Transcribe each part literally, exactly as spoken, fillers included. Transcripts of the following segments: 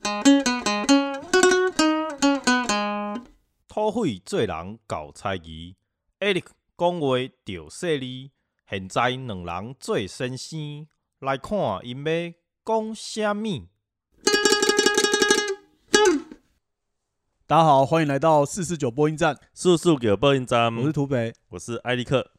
土匪做人搞猜疑 ，Eric 讲话着犀利。现在两人做先生，来看因要讲啥物。 大家好，欢迎来到四四九播音站， 速速给播音站， 我是土北， 我是艾利克。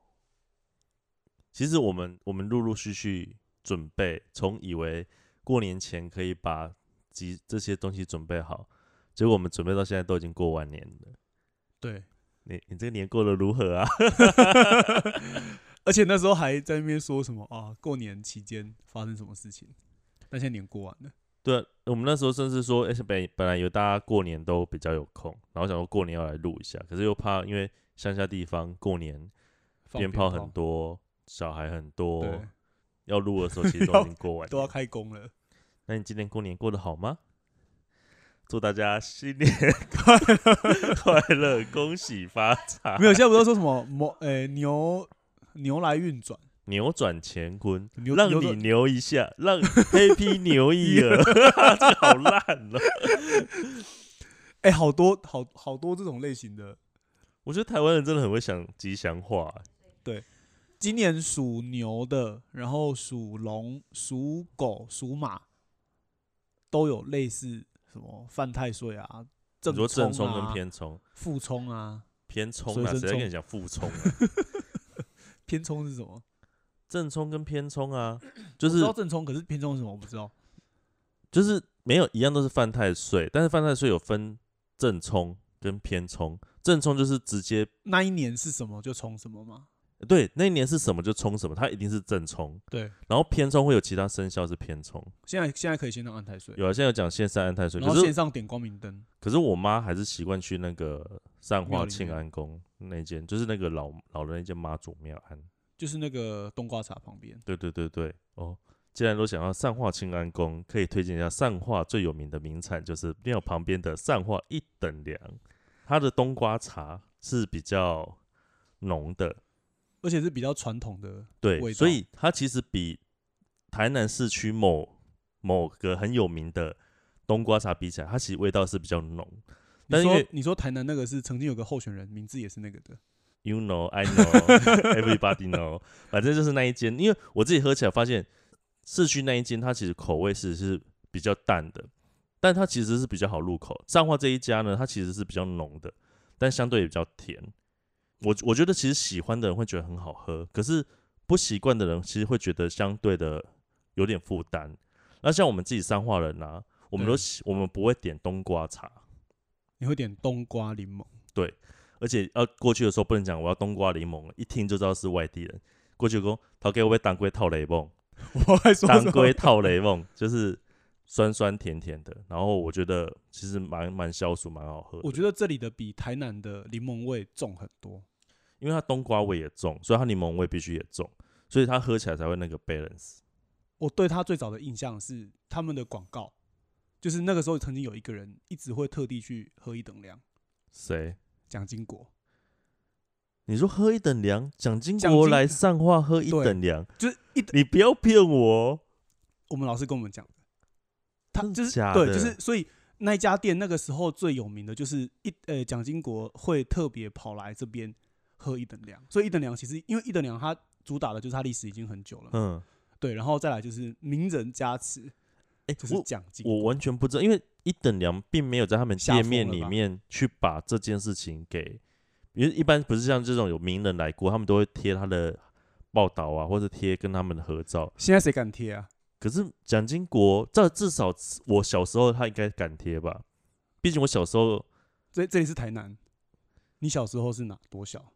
其实我们我们陆陆续续准备，从以为过年前可以把这些东西准备好，结果我们准备到现在都已经过完年了。 对， 你你这个年过得如何啊？ 而且那时候还在那边说什么啊，过年期间发生什么事情，但现在年过完了。 对啊，我们那时候甚至说，哎、欸，本本来有大家过年都比较有空，然后想说过年要来录一下，可是又怕因为乡下地方过年鞭炮很多，小孩很多，要录的时候其实都已经过完了， 都要开工了。 那你今年过年过得好吗？祝大家新年快乐，快乐，恭喜发财！ 没有，现在不是说什么某呃、欸、牛牛来运转。 扭转乾坤，让你牛一下，让 Happy 牛一儿，这个好烂哦！ 哎、欸，好多好好多这种类型的， 我觉得台湾人真的很会想吉祥话。 对，今年属牛的，然后属龙、属狗、属马，都有类似什么犯太岁啊、正冲啊、 正冲跟偏冲、 负冲啊、 偏冲啊，谁在跟你讲负冲啊？ 偏冲是什么？ 正冲跟偏冲啊，就是我知道正冲，可是偏冲是什么我不知道。 就是没有一样都是犯太岁，但是犯太岁有分正冲跟偏冲。正冲就是直接那一年是什么就冲什么吗？ 对，那一年是什么就冲什么，它一定是正冲。 对， 然后偏冲会有其他生肖是偏冲。 现在现在可以线上安太岁， 有啊，现在有讲线上安太岁， 然后线上点光明灯。 可是我妈还是习惯去那个善化庆安宫那间，就是那个老老的那间妈祖庙安。 就是那个冬瓜茶旁边。 对对对对，哦，既然都想要善化庆安宫，可以推荐一下善化最有名的名产，就是庙旁边的善化一等凉。它的冬瓜茶是比较浓的， 而且是比较传统的对， 味道， 所以它其实比台南市区某某个很有名的冬瓜茶比起来，它其实味道是比较浓。 你说你说台南那个是曾经有个候选人，名字也是那个的。 You know, I know, everybody know 。反正就是那一间，因为我自己喝起来发现，市区那一间它其实口味是是比较淡的，但它其实是比较好入口。彰化这一家呢，它其实是比较浓的，但相对也比较甜。我我觉得其实喜欢的人会觉得很好喝，可是不习惯的人其实会觉得相对的有点负担。那像我们自己彰化人啊，我们都我们不会点冬瓜茶， 你会点冬瓜柠檬， 对。而且要过去的时候不能讲我要冬瓜柠檬，一听就知道是外地人。过去说头家我要当归套雷梦， 我还说当归套雷梦就是酸酸甜甜的，然后我觉得其实蛮蛮消暑，蛮好喝的。 我觉得这里的比台南的柠檬味重很多， 因为它冬瓜味也重，所以它柠檬味必须也重，所以它喝起来才会那个 balance。 我对他最早的印象是他们的广告，就是那个时候曾经有一个人一直会特地去喝一等凉， 谁？ 蒋经国。 你说喝一等凉，蒋经国来上话喝一等凉， 就是一， 你不要骗我哦。 我们老师跟我们讲的，他就是假的对，就是所以那一家店那个时候最有名的就是一呃蒋经国会特别跑来这边喝一等凉，所以一等凉其实因为一等凉它主打的就是它历史已经很久了，嗯，对，然后再来就是名人加持，哎、欸，就是蒋经国， 我完全不知道，因为一等凉并没有在他们店面里面去把这件事情给，因为一般不是像这种有名人来过，他们都会贴他的报道啊，或者贴跟他们的合照。 现在谁敢贴啊？ 可是蒋经国，这至少我小时候他应该敢贴吧？毕竟我小时候， 这这里是台南，你小时候是哪多小？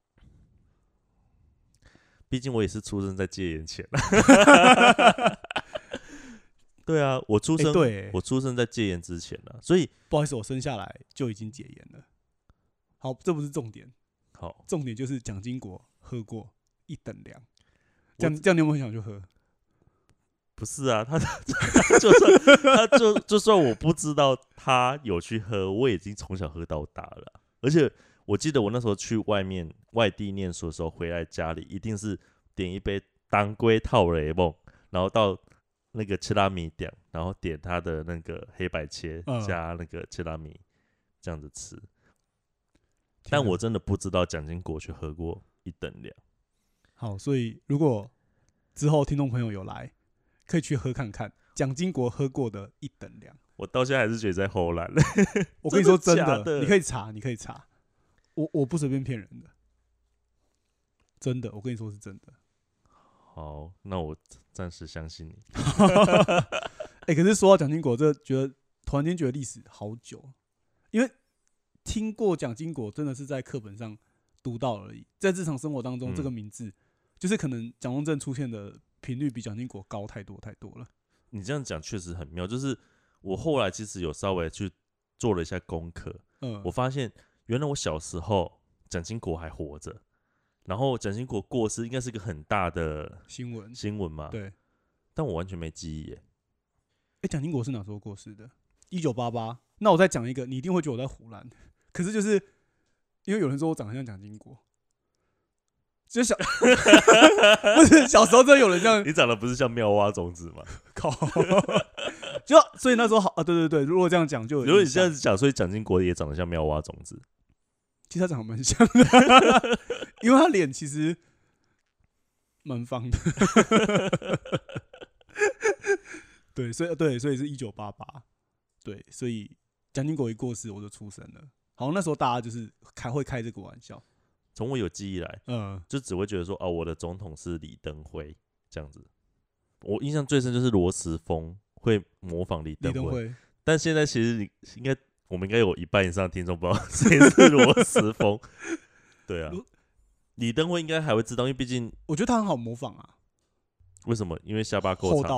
毕竟我也是出生在戒严前。对啊，我出生，欸、 对， 我出生在戒严之前了，所以不好意思，我生下来就已经戒严了。好，这不是重点， 好， 重点就是蒋经国喝过一等凉，这样这样你有没有想去喝？ 不是啊，他他就算他就就算我不知道他有去喝，我已经从小喝到大了。而且我记得我那时候去外面外地念书的时候，回来家里一定是点一杯当归套雷梦，然后到那个切拉米点，然后点他的那个黑白切、嗯、加那个切拉米这样子吃。但我真的不知道蒋经国去喝过一等凉。 好，所以如果之后听众朋友有来，可以去喝看看蒋经国喝过的一等凉。 我到现在还是觉得在齁烂。 我跟你说真 的, 的， 你可以查，你可以查，我我不随便骗人的，真的，我跟你说是真的。 好，那我暂时相信你。 哎、欸，可是说到蒋经国，这觉得突然间觉得历史好久，因为听过蒋经国真的是在课本上读到而已，在日常生活当中，嗯、这个名字就是可能蒋中正出现的频率比蒋经国高太多太多了。 你这样讲确实很妙，就是我后来其实有稍微去做了一下功课，嗯，我发现原来我小时候蒋经国还活着。然后蒋经国过世应该是一个很大的新闻， 新闻嘛？ 对， 但我完全没记忆耶。 哎，蒋经国是哪时候过世的？一九八八。那我再讲一个，你一定会觉得我在胡乱。可是就是因为有人说我长得像蒋经国，就小不是小时候真的有人这样。 你长得不是像妙蛙种子吗？ 靠！就所以那时候好啊，对对对，如果这样讲就有， 如果你这样子讲，所以蒋经国也长得像妙蛙种子。 其实他长得蛮像的，因为他脸其实蛮方的。对，所以对，所以是一九八八。对，所以蒋经国一过世，我就出生了。好像那时候大家就是开会开这个玩笑。 从我有记忆来，嗯，就只会觉得说，哦，我的总统是李登辉这样子。我印象最深就是罗时丰会模仿李登辉，但现在其实你应该。我们应该有一半以上的听众不知道谁是罗时丰。对啊，李登辉应该还会知道，因为毕竟我觉得他很好模仿啊。 为什么？因为下巴够长。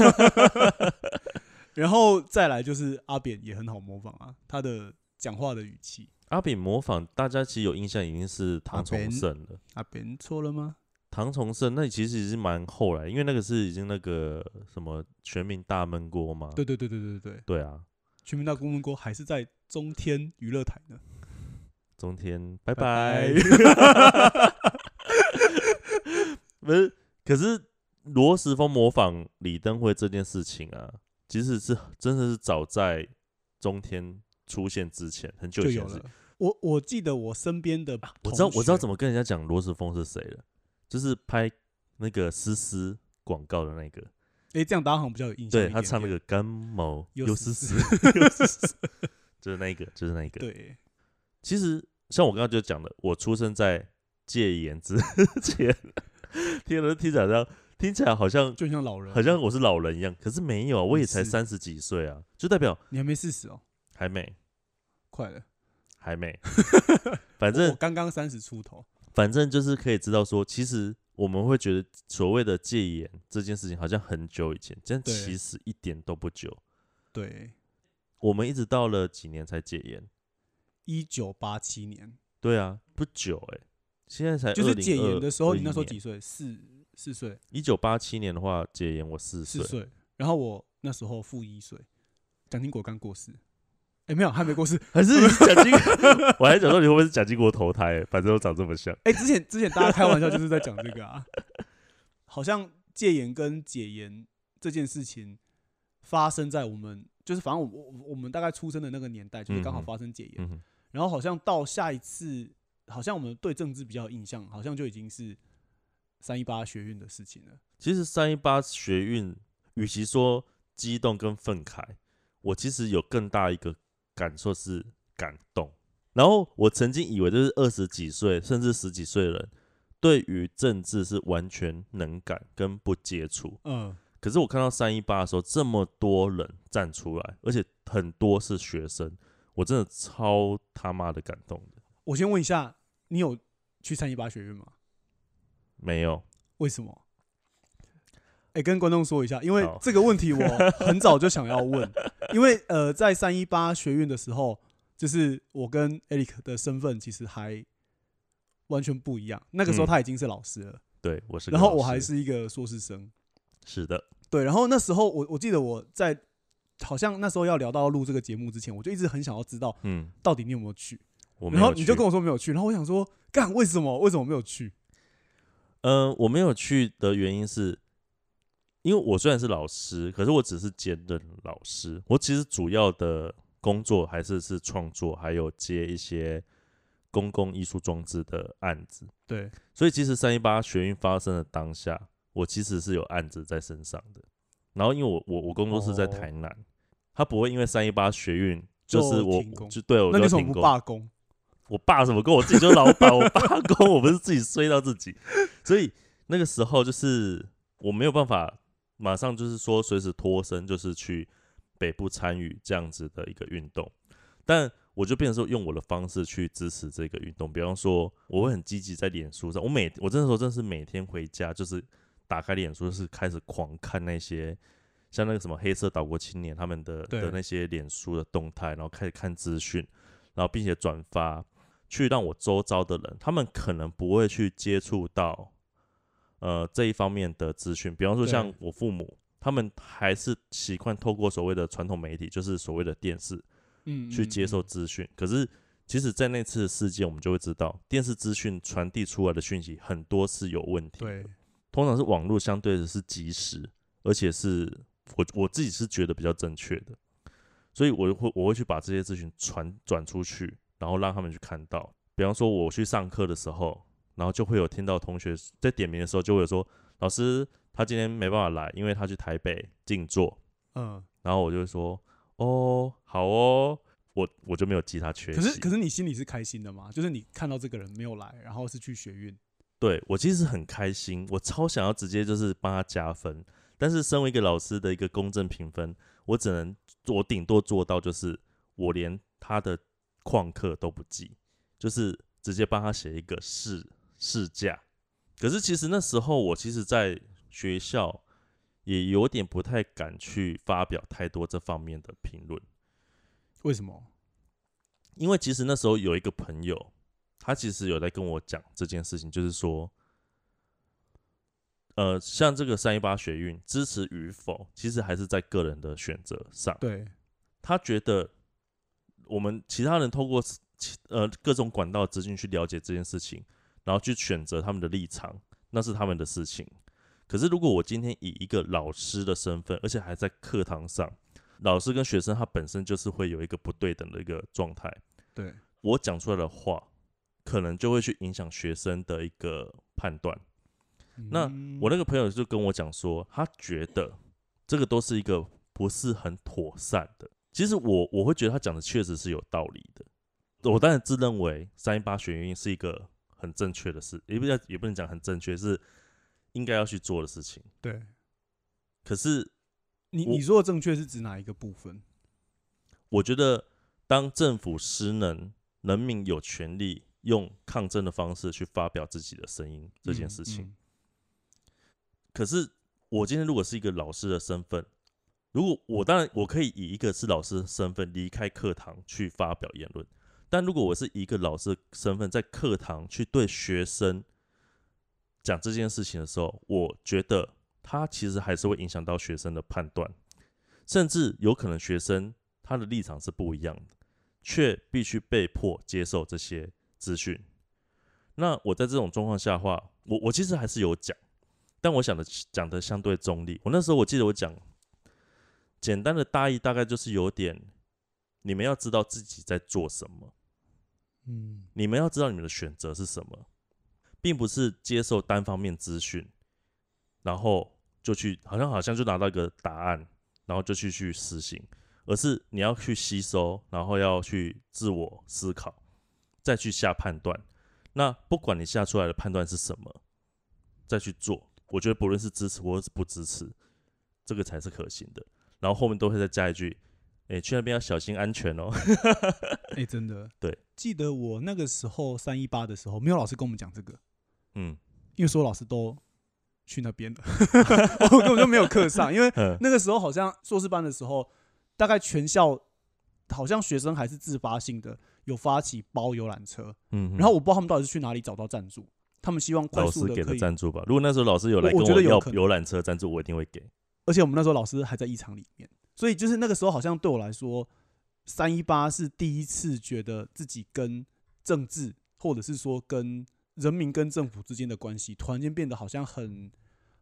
然后再来就是阿扁也很好模仿啊，他的讲话的语气。 阿扁模仿大家其实有印象，已经是唐崇盛了。 阿扁错了吗？ 唐崇盛那其实已经蛮后来，因为那个是已经那个什么全民大闷锅嘛。 对对对对对对。 对啊。 全民大闷锅还是在中天娱乐台呢。 中天，拜拜。不是，可是罗时丰模仿李登辉这件事情啊，其实是真的是早在中天出现之前，很久以前是。 我我记得我身边的、啊， 我知道我知道怎么跟人家讲罗时丰是谁了，就是拍那个丝丝广告的那个。 哎、欸，这样大家好像比较有印象。 对，他唱那个干毛又丝丝，就是那一个，就是那一个。 对， 其实像我刚刚就讲的，我出生在戒严之前，听了听起来像听起来好像就像老人， 好像我是老人一样，可是没有，我也才三十几岁啊，就代表你还没四十哦， 还没， 快了， 还没，反正我刚刚三十出头， 反正就是可以知道说，其实。我们会觉得所谓的戒严这件事情好像很久以前，但其实一点都不久。 对， 我们一直到了几年才戒严， 一九八七年。 对啊，不久哎、欸，现在才就是戒严的时候，你那时候几岁？四四岁。 一九八七年的话，戒严我四岁， 四岁。然后我那时候负一岁，蒋经国刚过世。哎、欸，没有，还没过世， 还是蒋经国？我还想说你会不会是蒋经国投胎、欸？反正都长这么像。 哎、欸，之前之前大家开玩笑就是在讲这个啊，好像戒严跟解严这件事情发生在我们，就是反正我我我们大概出生的那个年代，就是刚好发生戒严、嗯，然后好像到下一次，好像我们对政治比较有印象，好像就已经是三一八学运的事情了。 其实三一八学运，与其说激动跟愤慨，我其实有更大一个。感受是感动，然后我曾经以为就是二十几岁甚至十几岁的人，对于政治是完全能感跟不接触。嗯，可是我看到三一八的时候，这么多人站出来，而且很多是学生，我真的超他妈的感动的。 我先问一下，你有去三一八学院吗？ 没有。 为什么？哎、欸，跟观众说一下，因为这个问题我很早就想要问，因为呃，在三一八学运的时候，就是我跟 Eric 的身份其实还完全不一样。那个时候他已经是老师了，嗯、 对，我是， 然后我还是一个硕士生， 是的， 对。然后那时候我我记得我在好像那时候要聊到录这个节目之前，我就一直很想要知道，嗯，到底你有没有去？ 我没有去， 然后你就跟我说没有去，然后我想说，干为什么？为什么没有去？ 呃，我没有去的原因是。 因为我虽然是老师，可是我只是兼任老师，我其实主要的工作还是是创作，还有接一些公共艺术装置的案子。 对，所以其实三一八学运发生的当下，我其实是有案子在身上的。然后因为我我我工作室在台南，哦、他不会因为三一八学运就是我就对我就停工。 那你为什么不罢工？ 我罢什么工？我自己就是老板，我罢工，我不是自己衰到自己。所以那个时候就是我没有办法马上就是说随时脱身，就是去北部参与这样子的一个运动。但我就变成说用我的方式去支持这个运动，比方说我会很积极在脸书上，我每我真的说真的是每天回家就是打开脸书，就是开始狂看那些像那个什么黑色岛国青年他们的的那些脸书的动态，然后开始看资讯，然后并且转发，去让我周遭的人，他们可能不会去接触到呃这一方面的资讯，比方说像我父母，他们还是习惯透过所谓的传统媒体，就是所谓的电视。嗯，去接受资讯，可是其实，在那次的事件，我们就会知道，电视资讯传递出来的讯息很多是有问题的。对，通常是网络相对的是及时，而且是我我自己是觉得比较正确的，所以我会我会去把这些资讯传转出去，然后让他们去看到。比方说，我去上课的时候，然后就会有听到同学在点名的时候，就会有说，老师他今天没办法来，因为他去台北静坐。嗯，然后我就会说。哦，好哦，我我就没有记他缺席。 可是可是你心里是开心的吗？就是你看到这个人没有来，然后是去学运。 对，我其实很开心，我超想要直接就是帮他加分。但是身为一个老师的一个公正评分，我只能我顶多做到就是我连他的旷课都不记，就是直接帮他写一个事事假。可是其实那时候我其实在学校。也有点不太敢去发表太多这方面的评论。 为什么？ 因为其实那时候有一个朋友，他其实有在跟我讲这件事情，就是说，呃，像这个三一八学运支持与否，其实还是在个人的选择上。 对， 他觉得我们其他人透过呃各种管道资讯去了解这件事情，然后去选择他们的立场，那是他们的事情。可是，如果我今天以一个老师的身份，而且还在课堂上，老师跟学生他本身就是会有一个不对等的一个状态。 对， 我讲出来的话，可能就会去影响学生的一个判断。嗯、那我那个朋友就跟我讲说，他觉得这个都是一个不是很妥善的。其实我我会觉得他讲的确实是有道理的。我当然自认为三一八学运是一个很正确的事，也不也不能讲很正确，是。应该要去做的事情。 对， 可是你你说的正确是指哪一个部分？ 我觉得，当政府失能，人民有权利用抗争的方式去发表自己的声音这件事情。嗯嗯、可是我今天如果是一个老师的身份，如果我当然我可以以一个是老师的身份离开课堂去发表言论，但如果我是一个老师的身份在课堂去对学生讲这件事情的时候，我觉得他其实还是会影响到学生的判断，甚至有可能学生他的立场是不一样的，却必须被迫接受这些资讯。那我在这种状况下的话，我我其实还是有讲，但我想的讲的相对中立。我那时候我记得我讲简单的大意，大概就是有点，你们要知道自己在做什么，嗯，你们要知道你们的选择是什么。并不是接受单方面资讯，然后就去好像好像就拿到一个答案，然后就去去实行，而是你要去吸收，然后要去自我思考，再去下判断。那不管你下出来的判断是什么，再去做，我觉得不论是支持或是不支持，这个才是可行的。然后后面都会再加一句：“哎，去那边要小心安全哦。” 哎，真的， 对， 记得我那个时候三一八的时候，没有老师跟我们讲这个。 嗯， 因为所有老师都去那边了，我根本就没有课上。因为那个时候好像硕士班的时候，大概全校好像学生还是自发性的有发起包游览车，嗯，然后我不知道他们到底是去哪里找到赞助，他们希望快速的可以老师给的赞助吧。如果那时候老师有来跟我要游览车赞助，我一定会给。 而且我们那时候老师还在议场里面，所以就是那个时候好像对我来说，三一八是第一次觉得自己跟政治或者是说跟人民跟政府之间的关系突然间变得好像很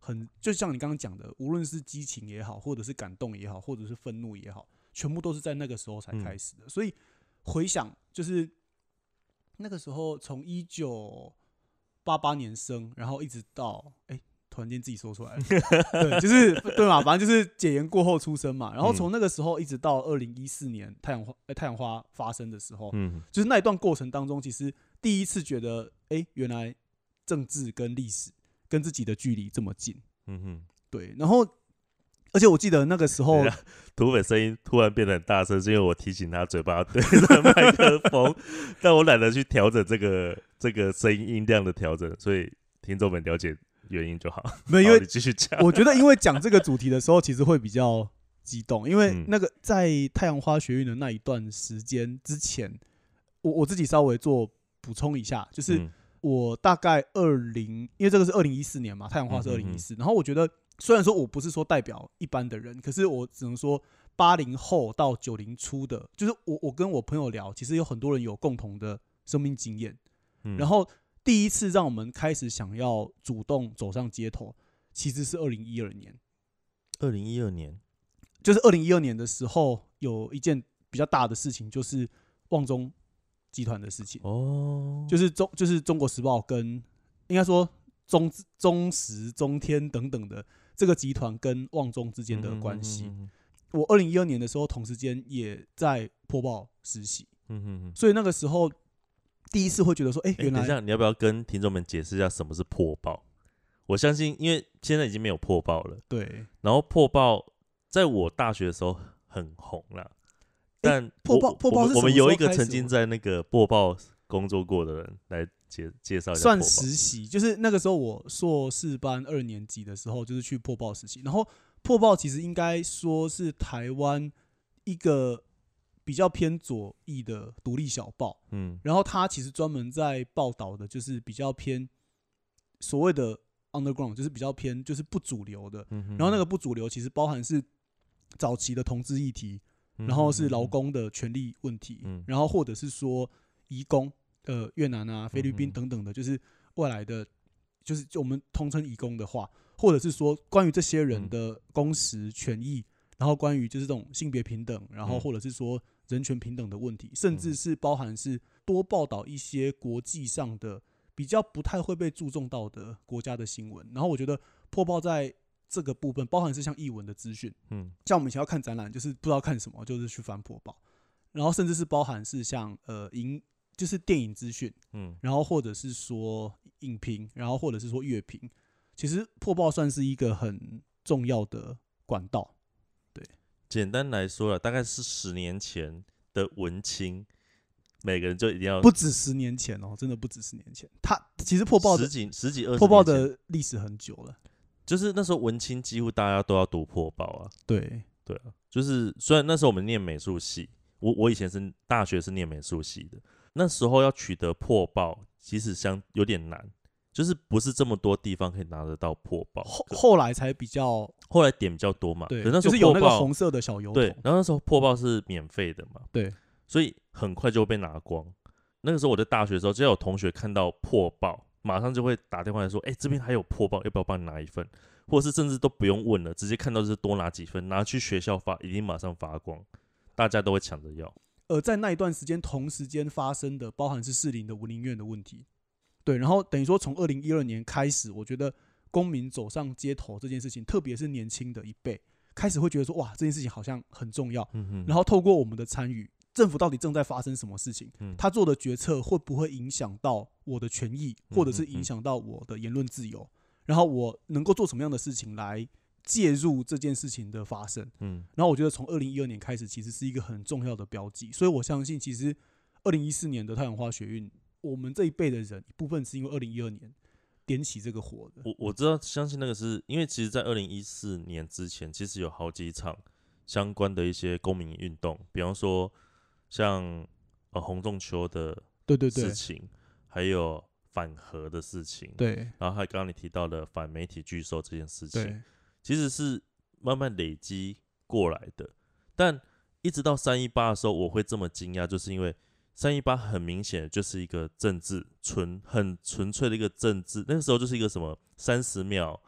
很，就像你刚刚讲的，无论是激情也好，或者是感动也好，或者是愤怒也好，全部都是在那个时候才开始的。嗯、所以回想，就是那个时候从一九八八年生，然后一直到哎。欸突然间自己说出来了，对，就是对嘛，反正就是解严过后出生嘛，然后从那个时候一直到二零一四年太阳花、欸、太阳花发生的时候，嗯，就是那一段过程当中，其实第一次觉得，哎、欸，原来政治跟历史跟自己的距离这么近，嗯哼，对，然后而且我记得那个时候， 土匪声音突然变得很大声，是因为我提醒他嘴巴对着麦克风，但我懒得去调整这个这个声音音量的调整，所以听众们了解原因就好。 没有，因为你继续讲。 我觉得，因为讲这个主题的时候，其实会比较激动，因为那个在太阳花学运的那一段时间之前，我我自己稍微做补充一下，就是我大概二零，因为这个是二零一四年嘛，太阳花是二零一四，然后我觉得虽然说我不是说代表一般的人，可是我只能说八零后到九零初的，就是我我跟我朋友聊，其实有很多人有共同的生命经验，嗯、然后。第一次让我们开始想要主动走上街头，其实是二零一二年。 二零一二年， 就是二零一二年的时候，有一件比较大的事情，就是旺中集团的事情。哦，就是中就是中国时报跟应该说中中时、中天等等的这个集团跟旺中之间的关系。嗯、我二零一二年的时候，同时间也在破报实习。嗯哼哼，所以那个时候。第一次会觉得说，哎、欸，原来、 欸、等一下，你要不要跟听众们解释一下什么是破报？我相信，因为现在已经没有破报了。 对。 然后破报在我大学的时候很红啦，但、欸、 破报破报是什么时候开始？ 我们有一个曾经在那个破报工作过的人来介介绍一下。 算实习，就是那个时候我硕士班二年级的时候，就是去破报实习。然后破报其实应该说是台湾一个。比较偏左翼的独立小报，嗯，然后他其实专门在报道的，就是比较偏所谓的 underground， 就是比较偏就是不主流的，嗯、然后那个不主流其实包含是早期的同志议题，嗯、然后是劳工的权利问题，嗯、然后或者是说移工，呃，越南啊、菲律宾等等的，就是外来的，就是我们通称移工的话，或者是说关于这些人的工时权益。然后关于就是这种性别平等，然后或者是说人权平等的问题，甚至是包含是多报道一些国际上的比较不太会被注重到的国家的新闻。然后我觉得破报在这个部分，包含是像艺文的资讯，嗯，像我们以前要看展览，就是不知道看什么，就是去翻破报，然后甚至是包含是像呃影，就是电影资讯，嗯，然后或者是说影评，然后或者是说乐评，其实破报算是一个很重要的管道。 简单来说了，大概是十年前的文青，每个人就一定要不止十年前哦，真的不止十年前。他其实破报的十几十几二十破报的历史很久了， 就是那时候文青几乎大家都要读破报啊。 对对啊，就是虽然那时候我们念美术系，我我以前是大学是念美术系的，那时候要取得破报其实相有点难。就是不是这么多地方可以拿得到破报， 后后来才比较， 后来点比较多嘛。 对， 可那时候就是有那个红色的小油桶。 对，然后那时候破报是免费的嘛。 对， 所以很快就被拿光。那个时候我在大学的时候，只要有同学看到破报，马上就会打电话来说：“哎、欸，这边还有破报，要不要帮你拿一份？”或者是甚至都不用问了，直接看到就是多拿几份，拿去学校发，一定马上发光，大家都会抢着要。 而在那一段时间，同时间发生的，包含是士林的文林院的问题。对，然后等于说从二零一二年开始，我觉得公民走上街头这件事情，特别是年轻的一辈，开始会觉得说，哇，这件事情好像很重要。嗯、然后透过我们的参与，政府到底正在发生什么事情？嗯、他做的决策会不会影响到我的权益，或者是影响到我的言论自由？然后我能够做什么样的事情来介入这件事情的发生？嗯，然后我觉得从二零一二年开始，其实是一个很重要的标记。所以我相信，其实二零一四年的太阳花学运。我们这一辈的人，一部分是因为二零一二年点起这个火的。 我我知道，相信那个是因为其实，在二零一四年之前，其实有好几场相关的一些公民运动，比方说像呃洪仲丘的对对对事情，还有反核的事情， 对， 然后还有刚刚你提到的反媒体拒收这件事情，其实是慢慢累积过来的。但一直到三一八的时候，我会这么惊讶，就是因为。三一八很明显就是一个政治纯很纯粹的一个政治，那个时候就是一个什么三十秒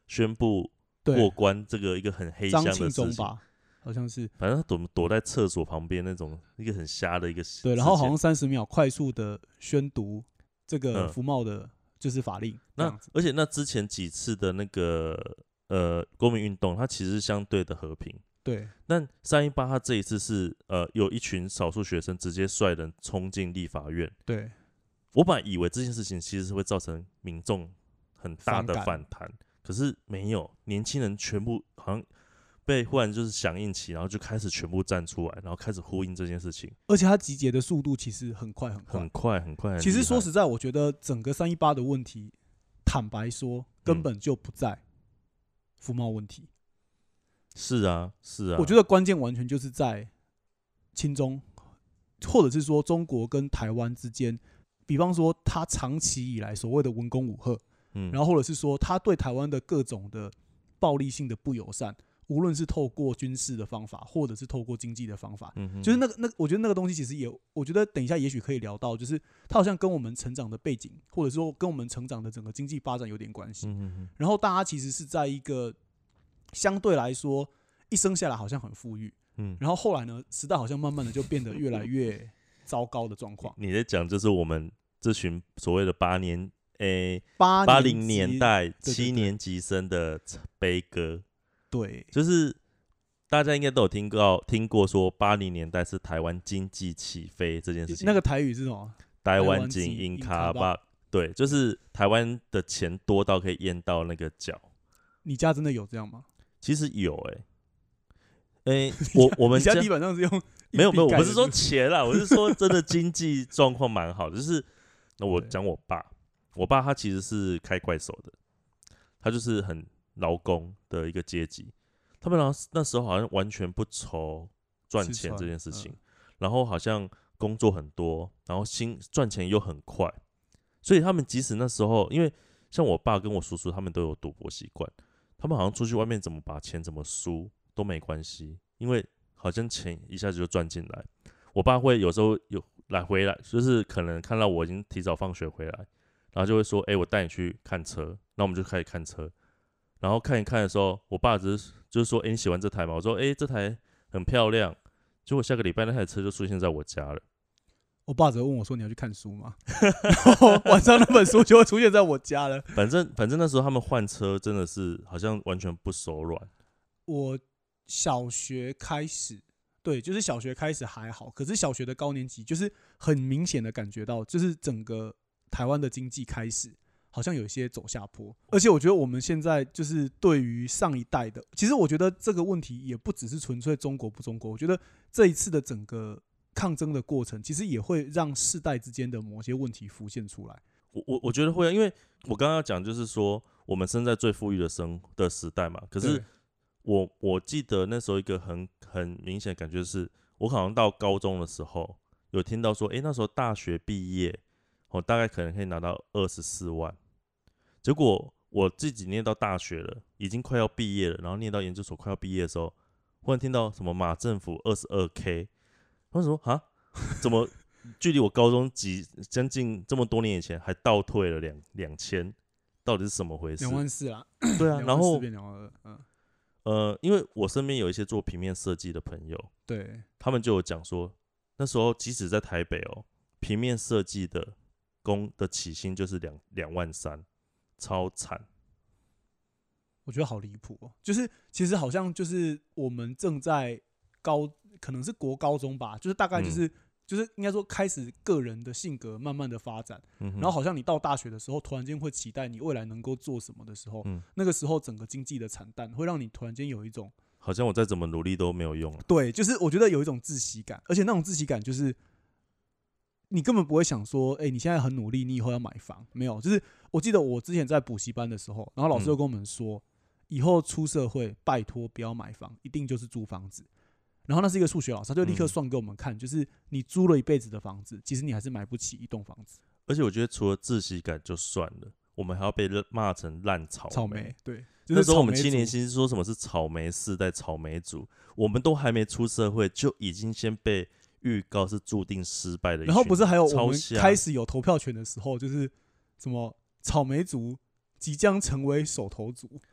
宣布过关这个一个很黑箱的事情。 张庆忠吧，好像是， 反正他躲躲在厕所旁边那种一个很瞎的一个事。 对，然后好像三十秒快速的宣读这个服贸的，就是法令。 嗯、那而且那之前几次的那个呃公民运动，它其实是相对的和平。 对， 但三一八他这一次是呃有一群少数学生直接率人冲进立法院。 对， 我本来以为这件事情其实是会造成民众很大的反弹，可是没有，年轻人全部好像被忽然就是响应起，然后就开始全部站出来，然后开始呼应这件事情。 而且他集结的速度其实很快很快， 很快很快。很其实说实在，我觉得整个三一八的问题，坦白说根本就不在服贸问题。 是啊，是啊， 我觉得关键完全就是在亲中，或者是说中国跟台湾之间，比方说他长期以来所谓的文攻武吓，嗯，然后或者是说他对台湾的各种的暴力性的不友善，无论是透过军事的方法，或者是透过经济的方法，嗯，就是那个那个，我觉得那个东西其实也，我觉得等一下也许可以聊到，就是他好像跟我们成长的背景，或者说跟我们成长的整个经济发展有点关系，嗯，然后大家其实是在一个相对来说，一生下来好像很富裕，嗯，然后后来呢，时代好像慢慢的就变得越来越糟糕的状况。 你在讲就是我们这群所谓的八年诶八零年代七年级生的悲歌， 对， 就是大家应该都有听过听过说八零年代是台湾经济起飞这件事情。 那个台语是什么？ 台湾经英卡巴，对，就是台湾的钱多到可以淹到那个脚。 你家真的有这样吗？ 其实有诶、欸，诶、欸，我我们家地板上是用没有没有，我不是说钱啦，我是说真的经济状况蛮好的。就是那我讲我爸，我爸他其实是开怪手的，他就是很劳工的一个阶级。他们那时候好像完全不愁赚钱这件事情，嗯、然后好像工作很多，然后薪赚钱又很快，所以他们即使那时候，因为像我爸跟我叔叔他们都有赌博习惯。他们好像出去外面怎么把钱怎么输都没关系，因为好像钱一下子就赚进来。我爸会有时候有来回来，就是可能看到我已经提早放学回来，然后就会说：“哎、欸，我带你去看车。”那我们就开始看车，然后看一看的时候，我爸只是就是说：“哎、欸，你喜欢这台吗？”我说：“哎、欸，这台很漂亮。”结果下个礼拜那台车就出现在我家了。 我爸只会问我说：“你要去看书吗？”然后晚上那本书就会出现在我家了。 反正反正那时候他们换车真的是好像完全不手软。 我小学开始，对，就是小学开始还好，可是小学的高年级就是很明显的感觉到，就是整个台湾的经济开始好像有一些走下坡。而且我觉得我们现在就是对于上一代的，其实我觉得这个问题也不只是纯粹中国不中国，我觉得这一次的整个抗争的过程，其实也会让世代之间的某些问题浮现出来。 我我我觉得会啊，因为我刚刚讲就是说，我们生在最富裕的生的时代嘛。可是我我记得那时候一个很很明显的感觉是，我好像到高中的时候有听到说，哎、欸，那时候大学毕业，我大概可能可以拿到二十四万。结果我自己念到大学了，已经快要毕业了，然后念到研究所快要毕业的时候，忽然听到什么马政府二十二 K。我说啊，怎么距离我高中几将近这么多年以前还倒退了两两千？到底是什么回事？ 两万四啦， 对啊，然后变两万二，嗯， 呃，因为我身边有一些做平面设计的朋友， 对， 他们就有讲说，那时候即使在台北哦，平面设计的工的起薪就是两两万三，超惨。 我觉得好离谱哦，就是其实好像就是我们正在高。可能是国高中吧，就是大概就是、嗯、就是应该说开始个人的性格慢慢的发展、嗯，然后好像你到大学的时候，突然间会期待你未来能够做什么的时候，嗯、那个时候整个经济的惨淡会让你突然间有一种好像我再怎么努力都没有用了。 对，就是我觉得有一种窒息感，而且那种窒息感就是你根本不会想说，哎、欸，你现在很努力，你以后要买房，没有。就是我记得我之前在补习班的时候，然后老师就跟我们说，嗯、以后出社会拜托不要买房，一定就是租房子。然后那是一个数学老师，他就立刻算给我们看、嗯，就是你租了一辈子的房子，其实你还是买不起一栋房子。 而且我觉得除了窒息感就算了，我们还要被骂成烂草莓。 草莓，对。 就是、那时候我们七年级说什么是草莓世代、草莓族，我们都还没出社会，就已经先被预告是注定失败的一群。 然后不是还有我们开始有投票权的时候，就是什么草莓族即将成为手头族。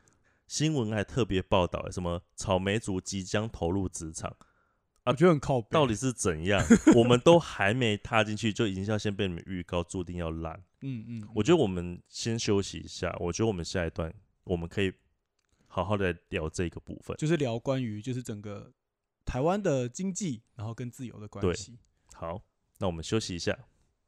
新闻还特别报道什么草莓族即将投入职场，啊、 我觉得很靠北。 到底是怎样？我们都还没踏进去，就已经要先被你们预告，注定要烂。 嗯嗯， 我觉得我们先休息一下，我觉得我们下一段我们可以好好的聊这个部分， 就是聊关于就是整个台湾的经济，然后跟自由的关系。 好，那我们休息一下。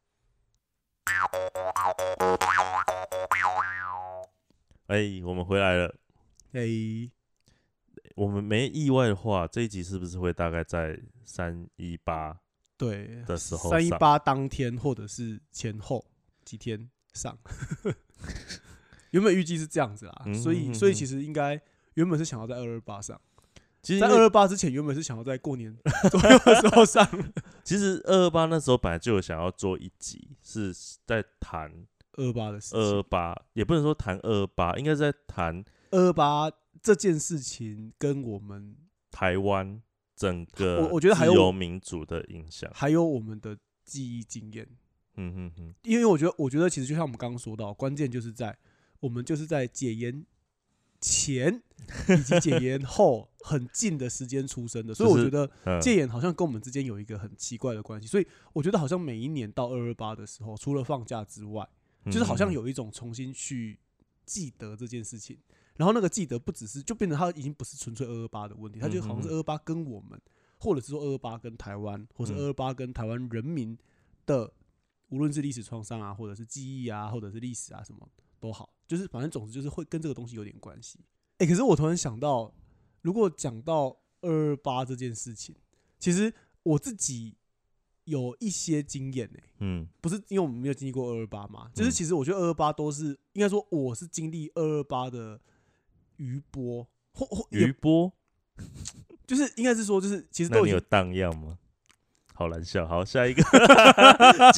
哎、欸，我们回来了。 哎、欸， 我们没意外的话，这一集是不是会大概在三一八对的时候上？ 三一八当天或者是前后几天上？原本预计是这样子啦， 嗯、 所以所以其实应该原本是想要在二二八上。 其实在二二八之前，原本是想要在过年左右的时候上。 其实二二八那时候本来就有想要做一集，是在谈二二八的事情。 二二八也不能说谈二二八，应该是在谈二二八这件事情跟我们台湾整个我我觉得还有自由民主的影响， 还有我们的记忆经验。 嗯哼哼， 因为我觉得，我觉得其实就像我们刚刚说到，关键就是在我们就是在解严前以及解严后很近的时间出生的，所以我觉得戒严好像跟我们之间有一个很奇怪的关系。所以我觉得好像每一年到二二八的时候，除了放假之外，就是好像有一种重新去记得这件事情。然后那个记得不只是就变成它已经不是纯粹二二八的问题，它就好像是二二八跟我们，或者是说二二八跟台湾，或是二二八跟台湾人民的，无论是历史创伤啊，或者是记忆啊，或者是历史啊，什么都好，就是反正总之就是会跟这个东西有点关系。哎、欸，可是我突然想到，如果讲到二二八这件事情，其实我自己有一些经验呢、欸。嗯，不是因为我们没有经历过二二八嘛，就是其实我觉得二二八都是应该说我是经历二二八的余波，或或余波， 就是应该是说就是其实都那你有荡漾吗？好难笑。好，下一个接。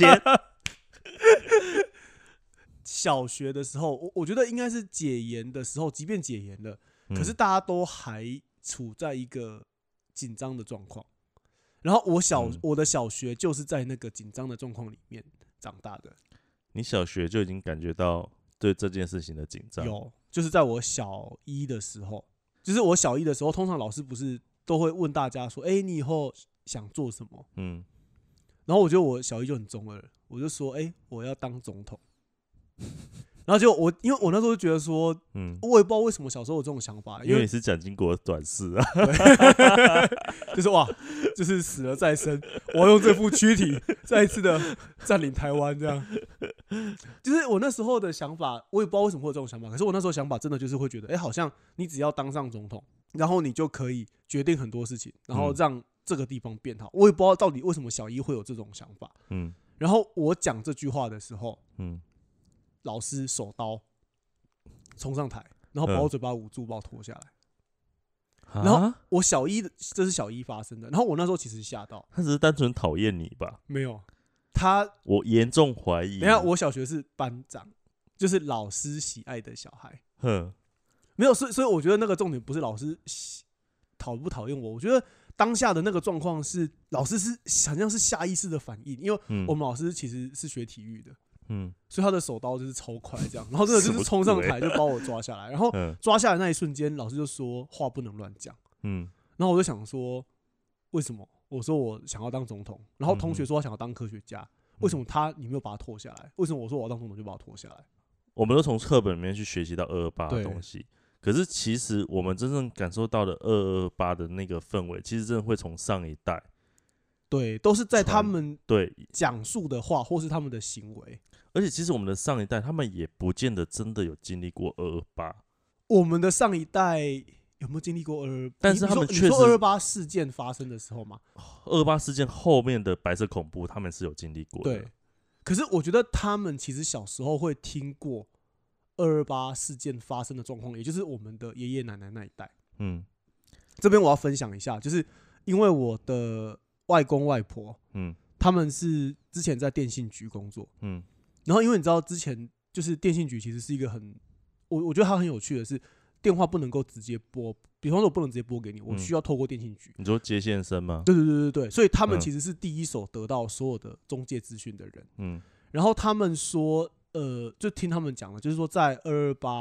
小学的时候，我我觉得应该是解严的时候，即便解严了， 嗯、 可是大家都还处在一个紧张的状况。然后我小、嗯、我的小学就是在那个紧张的状况里面长大的。 你小学就已经感觉到对这件事情的紧张？ 有，就是在我小一的时候，就是我小一的时候，通常老师不是都会问大家说：“哎、欸，你以后想做什么？”嗯。然后我觉得我小一就很中二了，我就说：“哎、欸，我要当总统。”然后就我，因为我那时候就觉得说，嗯，我也不知道为什么小时候有这种想法， 因为你是蒋经国的短视啊， 就是哇，就是死了再生，我要用这副躯体再一次的占领台湾，这样。就是我那时候的想法，我也不知道为什么会有这种想法，可是我那时候想法真的就是会觉得，哎、欸，好像你只要当上总统，然后你就可以决定很多事情，然后让这个地方变好。我也不知道到底为什么小一会有这种想法，嗯。然后我讲这句话的时候，嗯。老师手刀冲上台，然后把我嘴巴捂住，把我拖下来。嗯、然后我小一的，这是小一发生的。然后我那时候其实吓到， 他只是单纯讨厌你吧？ 没有，他我严重怀疑。 等一下，我小学是班长，就是老师喜爱的小孩。 哼， 没有，所以所以我觉得那个重点不是老师讨不讨厌我，我觉得当下的那个状况是老师是好像是下意识的反应，因为我们老师其实是学体育的。嗯，所以他的手刀就是超快这样，然后真的就是冲上台就把我抓下来，然后抓下来那一瞬间，老师就说话不能乱讲。嗯，然后我就想说，为什么？我说我想要当总统，然后同学说他想要当科学家，为什么他你没有把他拖下来？为什么我说我要当总统就把他拖下来？ 我们都从课本里面去学习到二二八的东西，可是其实我们真正感受到的二二八的那个氛围，其实真的会从上一代。 对，都是在他们对讲述的话，或是他们的行为。 而且，其实我们的上一代，他们也不见得真的有经历过二二八。 我们的上一代有没有经历过二二八？ 但是他们确实二二八事件发生的时候嘛， 二二八事件后面的白色恐怖，他们是有经历过的。 对，可是我觉得他们其实小时候会听过二二八事件发生的状况，也就是我们的爷爷奶奶那一代。嗯，这边我要分享一下，就是因为我的外公外婆，嗯，他们是之前在电信局工作，嗯，然后因为你知道之前就是电信局其实是一个很，我我觉得它很有趣的是，电话不能够直接拨，比方说我不能直接拨给你，我需要透过电信局。 你说接线生吗？ 对对对对对，所以他们其实是第一手得到所有的中介资讯的人，嗯，然后他们说，呃，就听他们讲的，就是说在二二八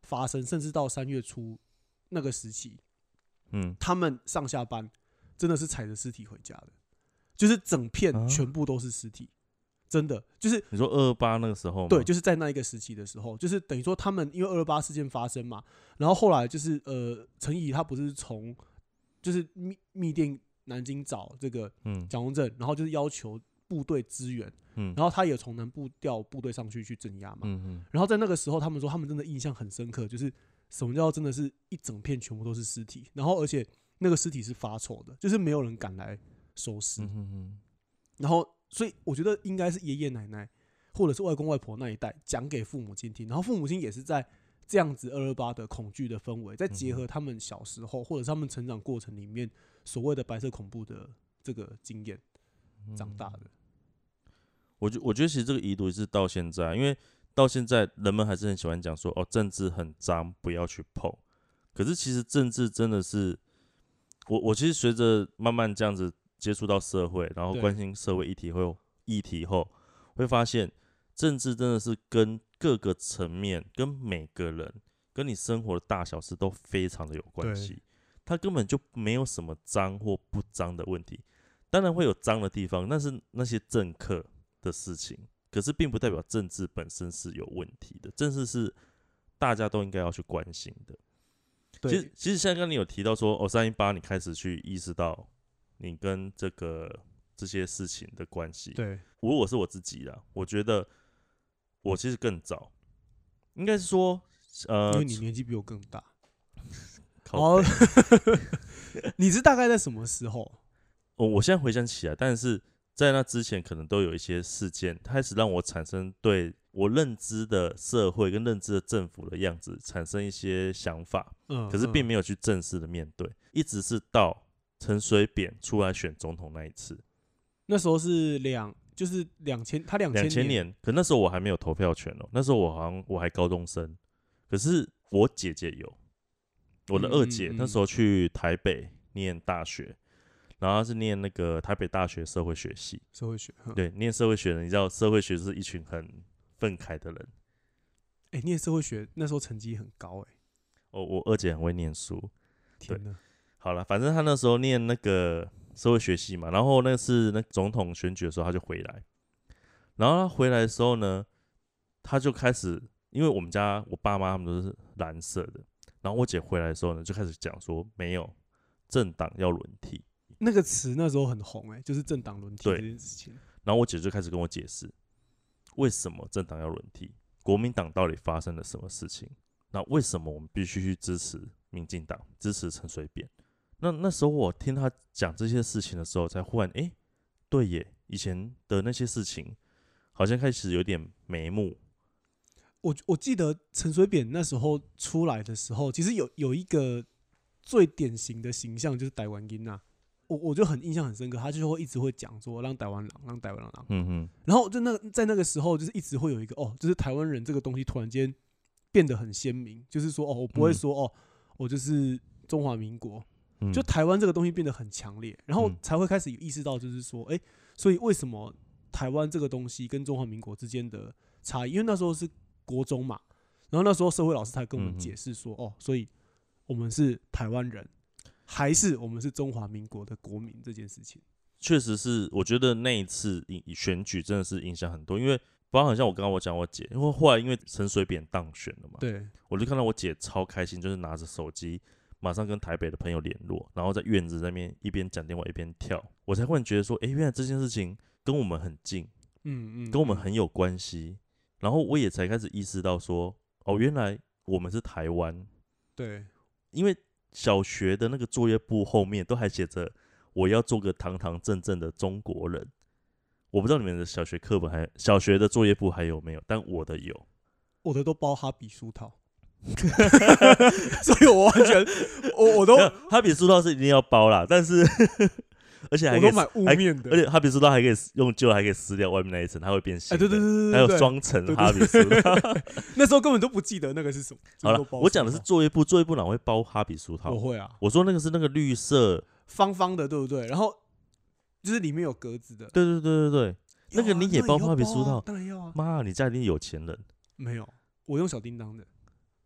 发生，甚至到三月初那个时期， 嗯， 他们上下班真的是踩着尸体回家的，就是整片全部都是尸体。啊，真的就是你说二二八那个时候吗？ 对，就是在那一个时期的时候，就是等于说他们因为二二八事件发生嘛，然后后来就是呃，陈仪他不是从就是密密电南京找这个蒋中正，然后就是要求部队支援，嗯，然后他也从南部调部队上去去镇压嘛，嗯嗯，然后在那个时候他们说他们真的印象很深刻，就是什么叫真的是一整片全部都是尸体，然后而且那个尸体是发臭的，就是没有人敢来收尸，嗯哼哼，然后。所以我觉得应该是爷爷奶奶或者是外公外婆那一代讲给父母亲听，然后父母亲也是在这样子二二八的恐惧的氛围，再结合他们小时候或者他们成长过程里面所谓的白色恐怖的这个经验长大的。 我觉我觉得其实这个遗毒是到现在，因为到现在人们还是很喜欢讲说哦，政治很脏，不要去碰。可是其实政治真的是，我我其实随着慢慢这样子。接触到社会，然后关心社会议题后，议题后会发现，政治真的是跟各个层面、跟每个人、跟你生活的大小事都非常的有关系。它根本就没有什么脏或不脏的问题，当然会有脏的地方，那是那些政客的事情。可是并不代表政治本身是有问题的，政治是大家都应该要去关心的。其实，其实现在刚刚你有提到说，哦，三一八你开始去意识到。你跟这个这些事情的关系， 对， 我我是我自己啦，我觉得我其实更早，应该是说，呃， 因为你年纪比我更大。哦，你是大概在什么时候？ 我我现在回想起来，但是在那之前，可能都有一些事件开始让我产生对我认知的社会跟认知的政府的样子产生一些想法，嗯，可是并没有去正式的面对，一直是到。陈水扁出来选总统那一次， 那时候是两，就是两千，他两千两千年，可那时候我还没有投票权哦，那时候我好像我还高中生，可是我姐姐有，我的二姐、嗯嗯嗯、那时候去台北念大学，然后她是念那个台北大学社会学系， 社会学， 对，念社会学的，你知道社会学是一群很愤慨的人， 哎、欸，念社会学那时候成绩很高哎、欸， 哦，我二姐很会念书， 天哪！ 好了，反正他那时候念那个社会学系嘛，然后那次那总统选举的时候他就回来，然后他回来的时候呢，他就开始，因为我们家我爸妈他们都是蓝色的，然后我姐回来的时候呢，就开始讲说没有政党要轮替， 那个词那时候很红哎、欸，就是政党轮替这件事情。 然后我姐就开始跟我解释，为什么政党要轮替，国民党到底发生了什么事情，那为什么我们必须去支持民进党，支持陈水扁？那那时候我听他讲这些事情的时候，才忽然哎、欸，对耶，以前的那些事情好像开始有点眉目。 我我记得陈水扁那时候出来的时候，其实有有一个最典型的形象就是台湾囡仔，我我就很印象很深刻，他就会一直会讲说让台湾人，让台湾人。嗯哼。然后就那在那个时候，就是一直会有一个哦，就是台湾人这个东西突然间变得很鲜明，就是说哦，我不会说、嗯、哦，我就是中华民国。就台湾这个东西变得很强烈，然后才会开始意识到，就是说，哎、欸，所以为什么台湾这个东西跟中华民国之间的差异？因为那时候是国中嘛，然后那时候社会老师才跟我们解释说，哦，所以我们是台湾人，还是我们是中华民国的国民这件事情。 确实是，我觉得那一次选举真的是影响很多，因为包含像我刚刚我讲我姐，因为后来因为陈水扁当选了嘛， 对， 我就看到我姐超开心，就是拿着手机。马上跟台北的朋友联络，然后在院子那边一边讲电话一边跳，我才忽然觉得说，哎、欸，原来这件事情跟我们很近，嗯嗯，跟我们很有关系。然后我也才开始意识到说，哦，原来我们是台湾。 对， 因为小学的那个作业簿后面都还写着我要做个堂堂正正的中国人。我不知道你们的小学课本还小学的作业簿还有没有，但我的有， 我的都包哈比书套。所以我完全，我我都哈比书套是一定要包啦，但是而且还可以我都买雾面的， 而且哈比书套还可以用旧，还可以撕掉外面那一层，它会变新的。 哎，对对对对， 还有双层哈比书套。 那时候根本都不记得那个是什么。 好了，我讲的是作业簿，作业簿哪会包哈比书套？ 我会啊。 我说那个是那个绿色方方的，对不对？然后就是里面有格子的。 对对对对对，那个你也包哈比书套？ 当然要啊。 妈，你家一定有钱人。 没有，我用小叮当的。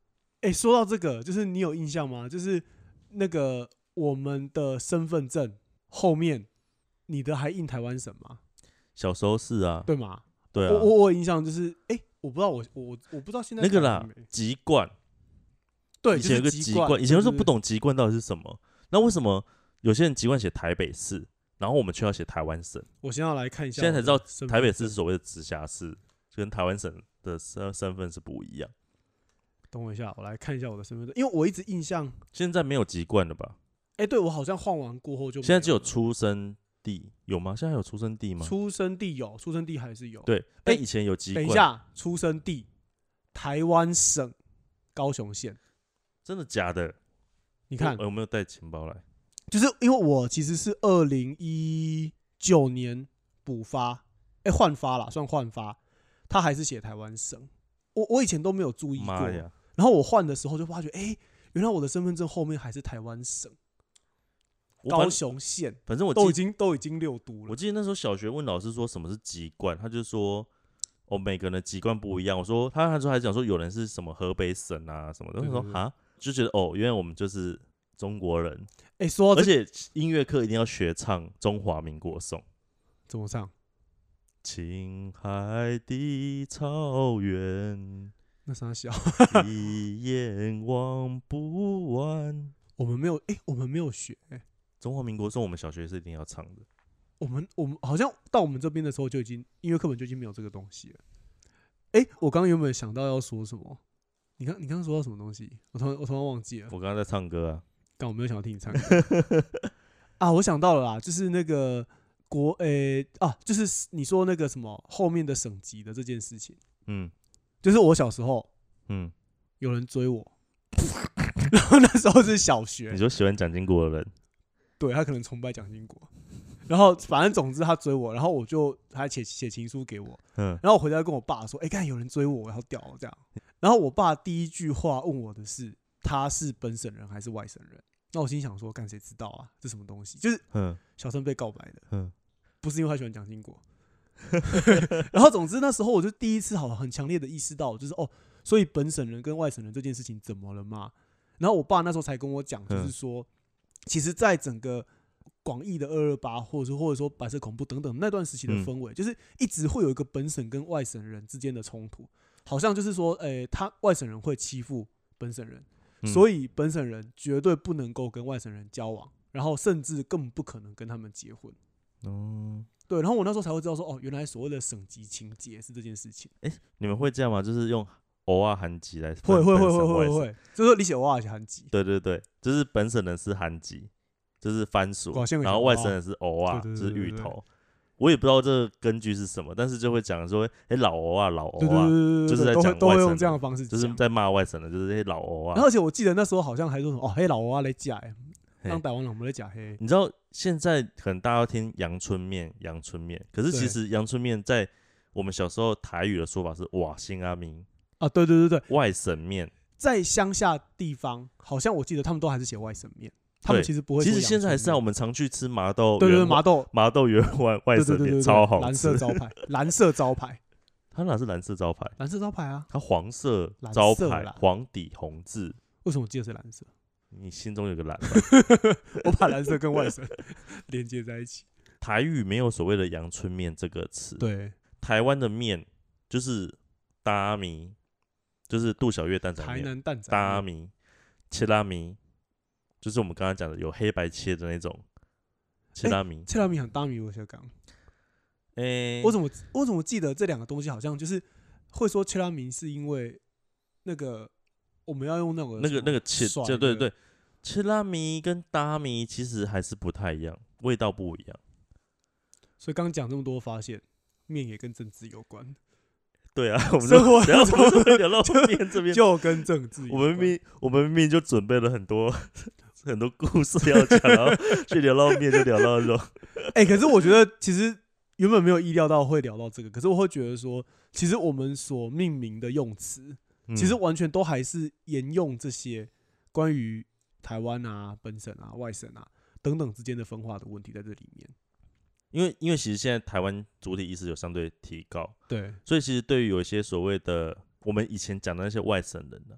哎、欸，说到这个，就是你有印象吗？就是那个我们的身份证后面，你的还印台湾省吗？ 小时候是啊， 对吗？ 对啊， 我我我有印象，就是哎、欸，我不知道我我我不知道现在那个啦，籍贯， 对， 以前有个籍贯，以前说不懂籍贯到底是什么，那为什么有些人籍贯写台北市，然后我们却要写台湾省？ 我先要来看一下， 现在才知道台北市是所谓的直辖市，跟台湾省的身身份是不一样。 等我一下，我来看一下我的身份证，因为我一直印象现在没有籍贯了吧？ 哎、欸，对我好像换完过后就没有， 现在只有出生地有吗？现在还有出生地吗？ 出生地有，出生地还是有。 对，但以前有籍贯。 等一下，出生地台湾省高雄县， 真的假的？ 你看我有没有带钱包来？ 就是因为我其实是二零一九年补发，哎、欸，换发啦，算换发，他还是写台湾省。我我以前都没有注意过，然后我换的时候就发觉，哎、欸，原来我的身份证后面还是台湾省。高雄县， 反正我都已经都已经六都了。 我记得那时候小学问老师说什么是籍贯，他就说哦每个人的籍贯不一样。我说他那时候还讲说有人是什么河北省啊什么的。我说哈，就觉得哦原来我们就是中国人。 哎、欸，说而且音乐课一定要学唱中华民国颂， 怎么唱？ 青海的草原， 那啥小一眼望不完。 我们没有，哎、欸，我们没有学、欸。 中华民国颂我们小学是一定要唱的。 我们我们好像到我们这边的时候就已经音乐课本就已经没有这个东西了。哎、欸，我刚刚原本想到要说什么？你刚你刚刚说到什么东西？我突然我突然忘记了。 我刚刚在唱歌啊， 但我没有想要听你唱歌啊！我想到了啦，就是那个国诶、欸、啊，就是你说那个什么后面的省级的这件事情。嗯，就是我小时候，嗯，有人追我，然后那时候是小学。 你说喜欢蒋经国的人？ 对，他可能崇拜蒋经国，然后反正总之他追我，然后我就他写写情书给我，嗯，然后我回家跟我爸说，哎、欸，看有人追我，我要屌这样。然后我爸第一句话问我的是，他是本省人还是外省人？那我心想说，干谁知道啊，这什么东西？就是小生被告白的，嗯，不是因为他喜欢蒋经国。然后总之那时候我就第一次好很强烈的意识到，就是哦，所以本省人跟外省人这件事情怎么了嘛？然后我爸那时候才跟我讲，就是说。嗯其实，在整个广义的二二八，或者说或者说白色恐怖等等那段时期的氛围，嗯、就是一直会有一个本省跟外省人之间的冲突，好像就是说，诶、欸，他外省人会欺负本省人，嗯、所以本省人绝对不能够跟外省人交往，然后甚至更不可能跟他们结婚。哦，对，然后我那时候才会知道说，哦，原来所谓的省级情节是这件事情。 哎、欸，你们会这样吗？就是用。偶尔韩籍来会会会会会会，就是你写偶尔写韩籍， 对对对，就是本省人是韩籍，就是番薯，然后外省人是偶尔，就是芋头。我也不知道这个根据是什么，但是就会讲说，哎、欸，老偶尔老偶尔，就是在讲都会用这样的方式， 就是在骂外省人，就是哎、欸、老偶尔。 而且我记得那时候好像还说什么哦，嘿老偶尔来假哎，当台湾人我们来假嘿。 你知道现在可能大家要听阳春面，阳春面，可是其实阳春面在我们小时候台语的说法是瓦辛阿明。 啊，对对对对， 外省面在乡下地方，好像我记得他们都还是写外省面，他们其实不会。 其实现在还是啊，我们常去吃麻豆， 对对对，麻豆麻豆原外外省面超好吃， 蓝色招牌，蓝色招牌， 它哪是蓝色招牌？ 蓝色招牌啊， 它黄色招牌，黄底红字。 为什么我记得是蓝色？ 你心中有个蓝吧？ 我把蓝色跟外省连接在一起。 台语没有所谓的阳春面这个词， 对， 台湾的面就是大米。就是杜小月蛋仔面， 台南蛋仔大米、切拉米，就是我们刚刚讲的有黑白切的那种切拉米。 切拉米和大米我想讲， 诶， 我怎么我怎么记得这两个东西好像就是会说切拉米是因为那个我们要用那个那个那个切，对对对，切拉米跟大米其实还是不太一样，味道不一样。 所以刚刚讲这么多，发现面也跟政治有关。 对啊，我们生活然后我们聊到面这边就跟政治有关。 我们明我们明明就准备了很多很多故事要讲，然后去聊到面就聊到肉。 哎、欸，可是我觉得其实原本没有意料到会聊到这个，可是我会觉得说，其实我们所命名的用词，嗯、其实完全都还是沿用这些关于台湾啊、本省啊、外省啊等等之间的分化的问题在这里面。 因为因为其实现在台湾主体意识有相对提高， 对， 所以其实对于有一些所谓的我们以前讲的那些外省人呢、啊，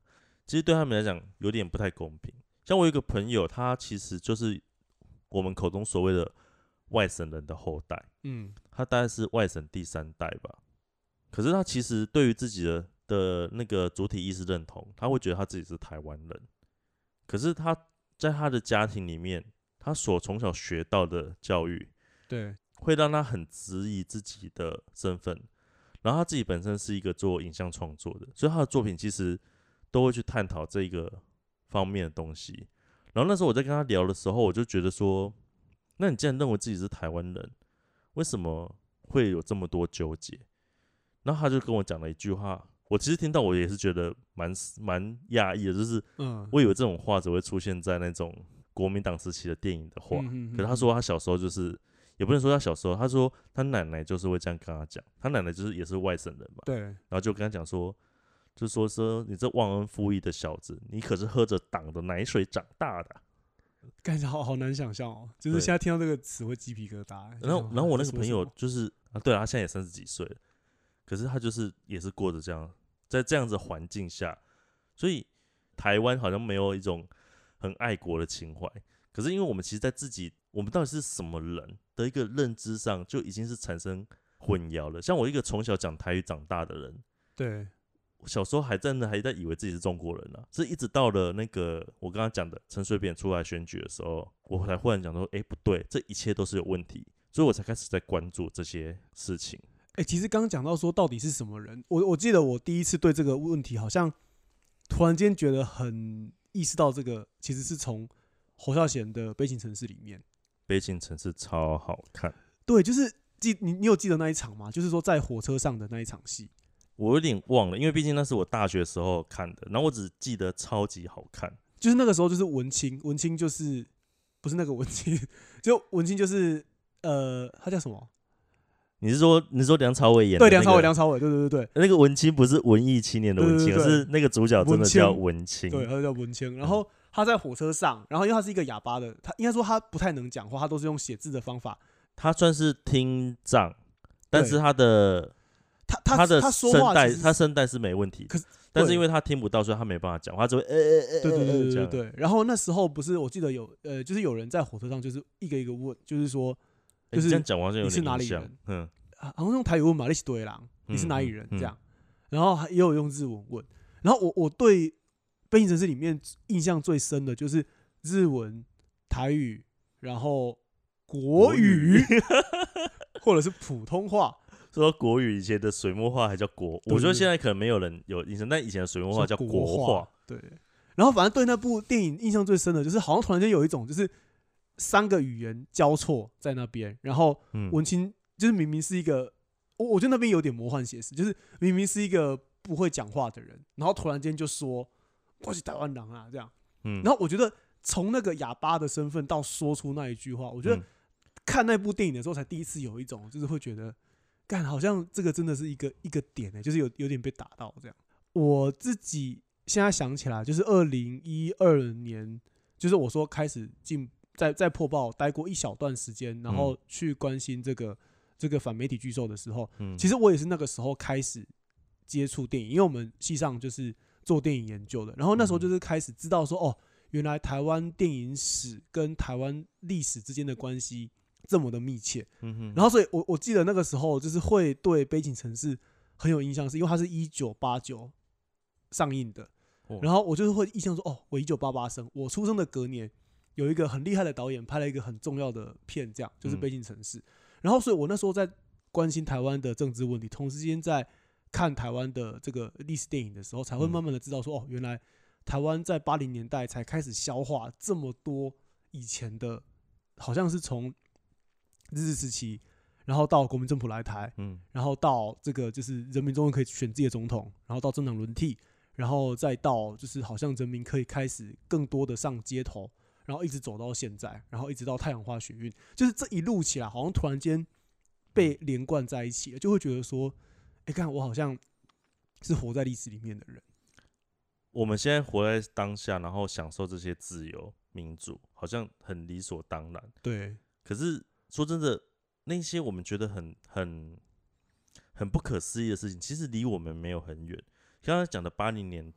其实对他们来讲有点不太公平。像我有一个朋友，他其实就是我们口中所谓的外省人的后代，嗯，他大概是外省第三代吧。可是他其实对于自己的的那个主体意识认同，他会觉得他自己是台湾人。可是他在他的家庭里面，他所从小学到的教育， 对， 会让他很质疑自己的身份。然后他自己本身是一个做影像创作的，所以他的作品其实都会去探讨这个方面的东西。然后那时候我在跟他聊的时候，我就觉得说，那你既然认为自己是台湾人，为什么会有这么多纠结？然后他就跟我讲了一句话，我其实听到我也是觉得蛮蛮讶异的，就是我以为这种话只会出现在那种国民党时期的电影的话， 嗯、 可是他说他小时候就是。也不能说他小时候，他说他奶奶就是会这样跟他讲，他奶奶就是也是外省人嘛， 对， 然后就跟他讲说，就说说你这忘恩负义的小子，你可是喝着党的奶水长大的、啊， 感觉好好难想象哦，就是现在听到这个词会鸡皮疙瘩。 然后，然后我那个朋友就是啊，对啊，他现在也三十几岁了，可是他就是也是过着这样，在这样子环境下，所以台湾好像没有一种很爱国的情怀。可是因为我们其实在自己我们到底是什么人的一个认知上就已经是产生混淆了。像我一个从小讲台语长大的人， 对， 小时候还真的还在以为自己是中国人啊，是一直到了那个我刚刚讲的陈水扁出来选举的时候，我才忽然讲说，哎、欸，不对，这一切都是有问题，所以我才开始在关注这些事情。 哎、欸，其实刚刚讲到说到底是什么人，我我记得我第一次对这个问题好像突然间觉得很意识到，这个其实是从侯孝贤的《悲情城市》里面，《 悲情城市》超好看。 对，就是记你你有记得那一场吗？就是说在火车上的那一场戏。 我有点忘了，因为毕竟那是我大学时候看的，然后我只记得超级好看。 就是那个时候就是文青，文青就是不是那个文青，就文青就是呃，他叫什么？ 你是说你是说梁朝伟演的、那個？ 对，梁朝伟，梁朝伟，对对对对。 那个文青不是文艺青年的文青，而是那个主角真的叫文青。 对，他叫文青。然后他在火车上，然后因为他是一个哑巴的，他应该说他不太能讲话，他都是用写字的方法。 他算是听障，但是他的他他他的声带他声带是没问题，可是但是因为他听不到，所以他没办法讲话，他只会呃呃呃对对对对对。然后那时候不是我记得有呃，就是有人在火车上就是一个一个问，就是说，就是这样讲好像有点你是哪里人？ 嗯， 好像用台语问嘛，你是对郎，你是哪里人？这样，然后也有用日文问。然后我我对《悲情城市》里面印象最深的就是日文、台语，然后国语，或者是普通话。 说国语以前的水墨画还叫国，我觉得现在可能没有人有印象，但以前的水墨画叫国画。 对，然后反正对那部电影印象最深的就是，好像突然间有一种就是三个语言交错在那边，然后文青就是明明是一个，我我觉得那边有点魔幻写实，就是明明是一个不会讲话的人，然后突然间就说我是台湾人啊这样，嗯，然后我觉得从那个哑巴的身份到说出那一句话，我觉得看那部电影的时候才第一次有一种就是会觉得。干，好像这个真的是一个一个点呢、欸，就是有有点被打到这样。我自己现在想起来，就是二零一二年，就是我说开始进在在破报待过一小段时间，然后去关心这个、嗯、这个反媒体巨兽的时候，嗯，其实我也是那个时候开始接触电影，因为我们系上就是做电影研究的，然后那时候就是开始知道说，哦，原来台湾电影史跟台湾历史之间的关系。这么的密切，嗯、然后所以我，我我记得那个时候就是会对《悲情城市》很有印象，是因为它是一九八九上映的，哦、然后我就是会印象说，哦，我一九八八生，我出生的隔年有一个很厉害的导演拍了一个很重要的片，这样就是《悲情城市》嗯。然后，所以我那时候在关心台湾的政治问题，同时间在看台湾的这个历史电影的时候，才会慢慢的知道说，哦，原来台湾在八零年代才开始消化这么多以前的，好像是从日治时期，然后到国民政府来台，嗯，然后到这个就是人民终于可以选自己的总统，然后到政党轮替，然后再到就是好像人民可以开始更多的上街头，然后一直走到现在，然后一直到太阳花学运，就是这一路起来，好像突然间被连贯在一起了，就会觉得说，哎，看我好像是活在历史里面的人。 我们现在活在当下，然后享受这些自由民主，好像很理所当然。 对， 可是。说真的，那些我们觉得很很很不可思议的事情，其实离我们没有很远。刚刚讲的八零年代，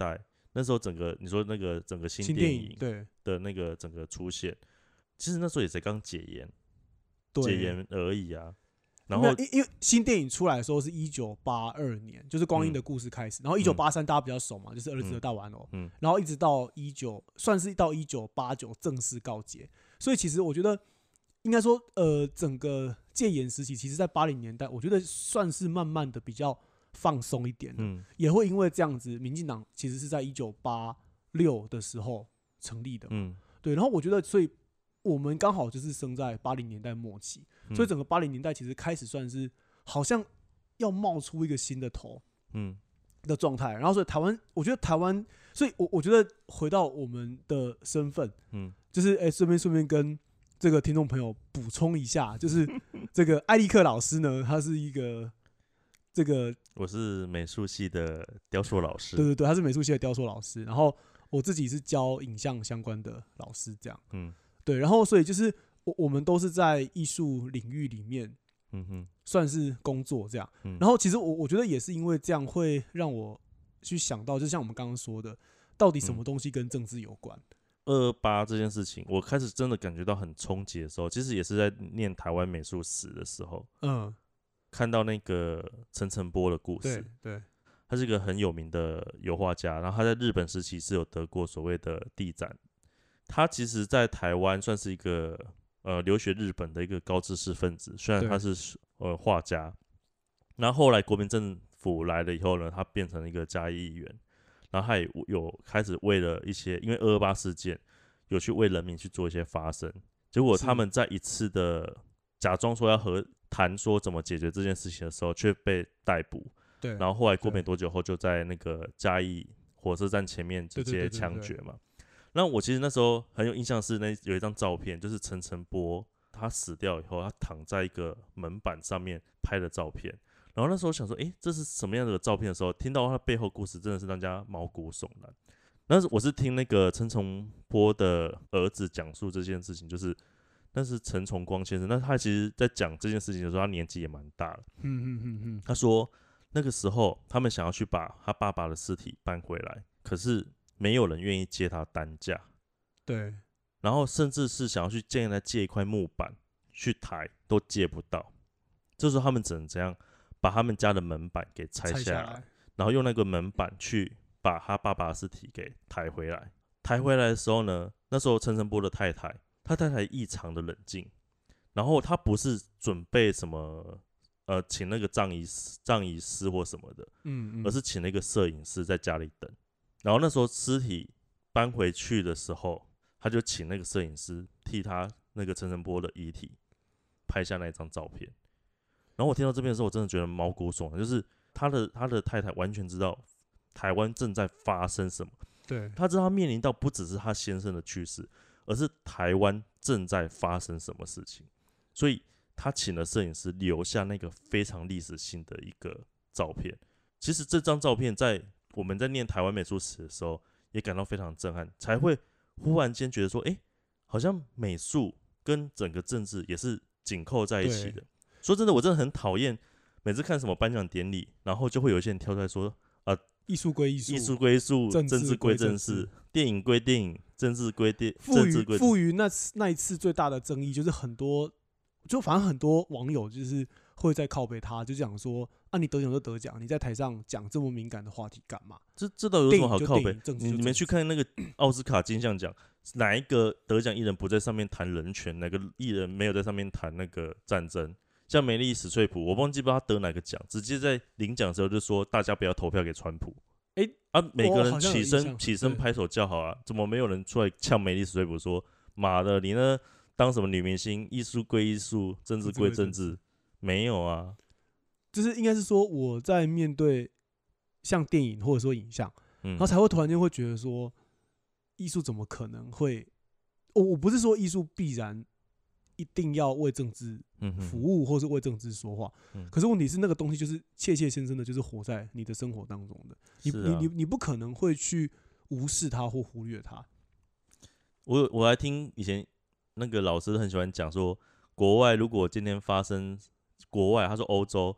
那时候整个你说那个整个新新电影对的那个整个出现，其实那时候也才刚解严， 对解严而已啊。然后因因为新电影出来的时候是一九八二年，就是光阴的故事开始，嗯、然后一九八三大家比较熟嘛，就是儿子的大玩偶，嗯嗯、然后一直到一九算是到一九八九正式告捷，所以其实我觉得应该说，呃，整个戒严时期，其实在八零年代，我觉得算是慢慢的比较放松一点的，嗯、也会因为这样子，民进党其实是在一九八六的时候成立的嘛，嗯、对，然后我觉得所以。我们刚好就是生在八零年代末期，嗯、所以整个八零年代其实开始算是好像要冒出一个新的头，嗯的状态。然后所以台湾，我觉得台湾，所以我我觉得回到我们的身份，嗯，就是哎，顺便顺便跟这个听众朋友补充一下，就是这个艾利克老师呢，他是一个这个我是美术系的雕塑老师， 对对对，他是美术系的雕塑老师，然后我自己是教影像相关的老师，这样，嗯。对，然后所以就是我我们都是在艺术领域里面，嗯哼，算是工作这样。嗯、然后其实我我觉得也是因为这样，会让我去想到，就像我们刚刚说的，到底什么东西跟政治有关？ 二二八这件事情，我开始真的感觉到很冲击的时候，其实也是在念台湾美术史的时候，嗯，看到那个陈澄波的故事， 对，对他是一个很有名的油画家，然后他在日本时期是有得过所谓的地展。他其实，在台湾算是一个呃留学日本的一个高知识分子，虽然他是呃画家，然后后来国民政府来了以后呢，他变成了一个嘉义议员，然后他也有开始为了一些因为二二八事件有去为人民去做一些发声，结果他们在一次的假装说要和谈说怎么解决这件事情的时候，却被逮捕， 对， 然后后来过没多久后，就在那个嘉义火车站前面直接枪决嘛。那我其实那时候很有印象是那有一张照片，就是陈澄波他死掉以后，他躺在一个门板上面拍的照片。然后那时候想说，诶，这是什么样的照片的时候，听到他背后故事，真的是让人家毛骨悚然。那是我是听那个陈澄波的儿子讲述这件事情，就是那是陈崇光先生，那他其实在讲这件事情的时候，他年纪也蛮大了。嗯嗯嗯嗯，他说那个时候他们想要去把他爸爸的尸体搬回来，可是没有人愿意接他担架， 对， 然后甚至是想要去建来借一块木板去抬，都借不到。这时候他们只能怎样，把他们家的门板给拆下来， 下来然后用那个门板去把他爸爸的尸体给抬回来。抬回来的时候呢，那时候陈澄波的太太，他太太异常的冷静，然后他不是准备什么呃请那个葬仪葬仪师或什么的，嗯嗯，而是请那个摄影师在家里等。然后那时候尸体搬回去的时候，他就请那个摄影师替他那个陈澄波的遗体拍下那一张照片。然后我听到这边的时候，我真的觉得毛骨悚然，就是他的他的太太完全知道台湾正在发生什么， 对， 他知道他面临到不只是他先生的去世，而是台湾正在发生什么事情，所以他请了摄影师留下那个非常历史性的一个照片。其实这张照片在我们在念台湾美术史的时候，也感到非常震撼，才会忽然间觉得说，哎、欸，好像美术跟整个政治也是紧扣在一起的。说真的，我真的很讨厌每次看什么颁奖典礼，然后就会有一些人跳出来说，啊， 艺术归艺术， 艺术归艺术，政治归政治，电影归电影，政治归电，政治归。 赋予那那一次最大的争议，就是很多，就反正很多网友就是会在靠北他，就讲说啊，你得奖就得奖，你在台上讲这么敏感的话题干嘛？ 这这倒有什么好靠北？你你们去看那个奥斯卡金像奖，哪一个得奖艺人不在上面谈人权？哪个艺人没有在上面谈那个战争？像梅丽史翠普，我忘记不知道他得哪个奖，直接在领奖的时候就说大家不要投票给川普。哎、欸、啊，每个人起身起身拍手叫好啊，怎么没有人出来呛梅丽史翠普说妈的，你呢当什么女明星？艺术归艺术，政治归政治，没有啊。 就是应该是说我在面对像电影或者说影像，嗯、然后才会突然间会觉得说，艺术怎么可能会？我我不是说艺术必然一定要为政治服务，或是为政治说话。嗯、可是问题是，那个东西就是切切生生的，就是活在你的生活当中的。你、啊、你你你不可能会去无视它或忽略它。 我我还听以前那个老师很喜欢讲说，国外如果今天发生国外，他说欧洲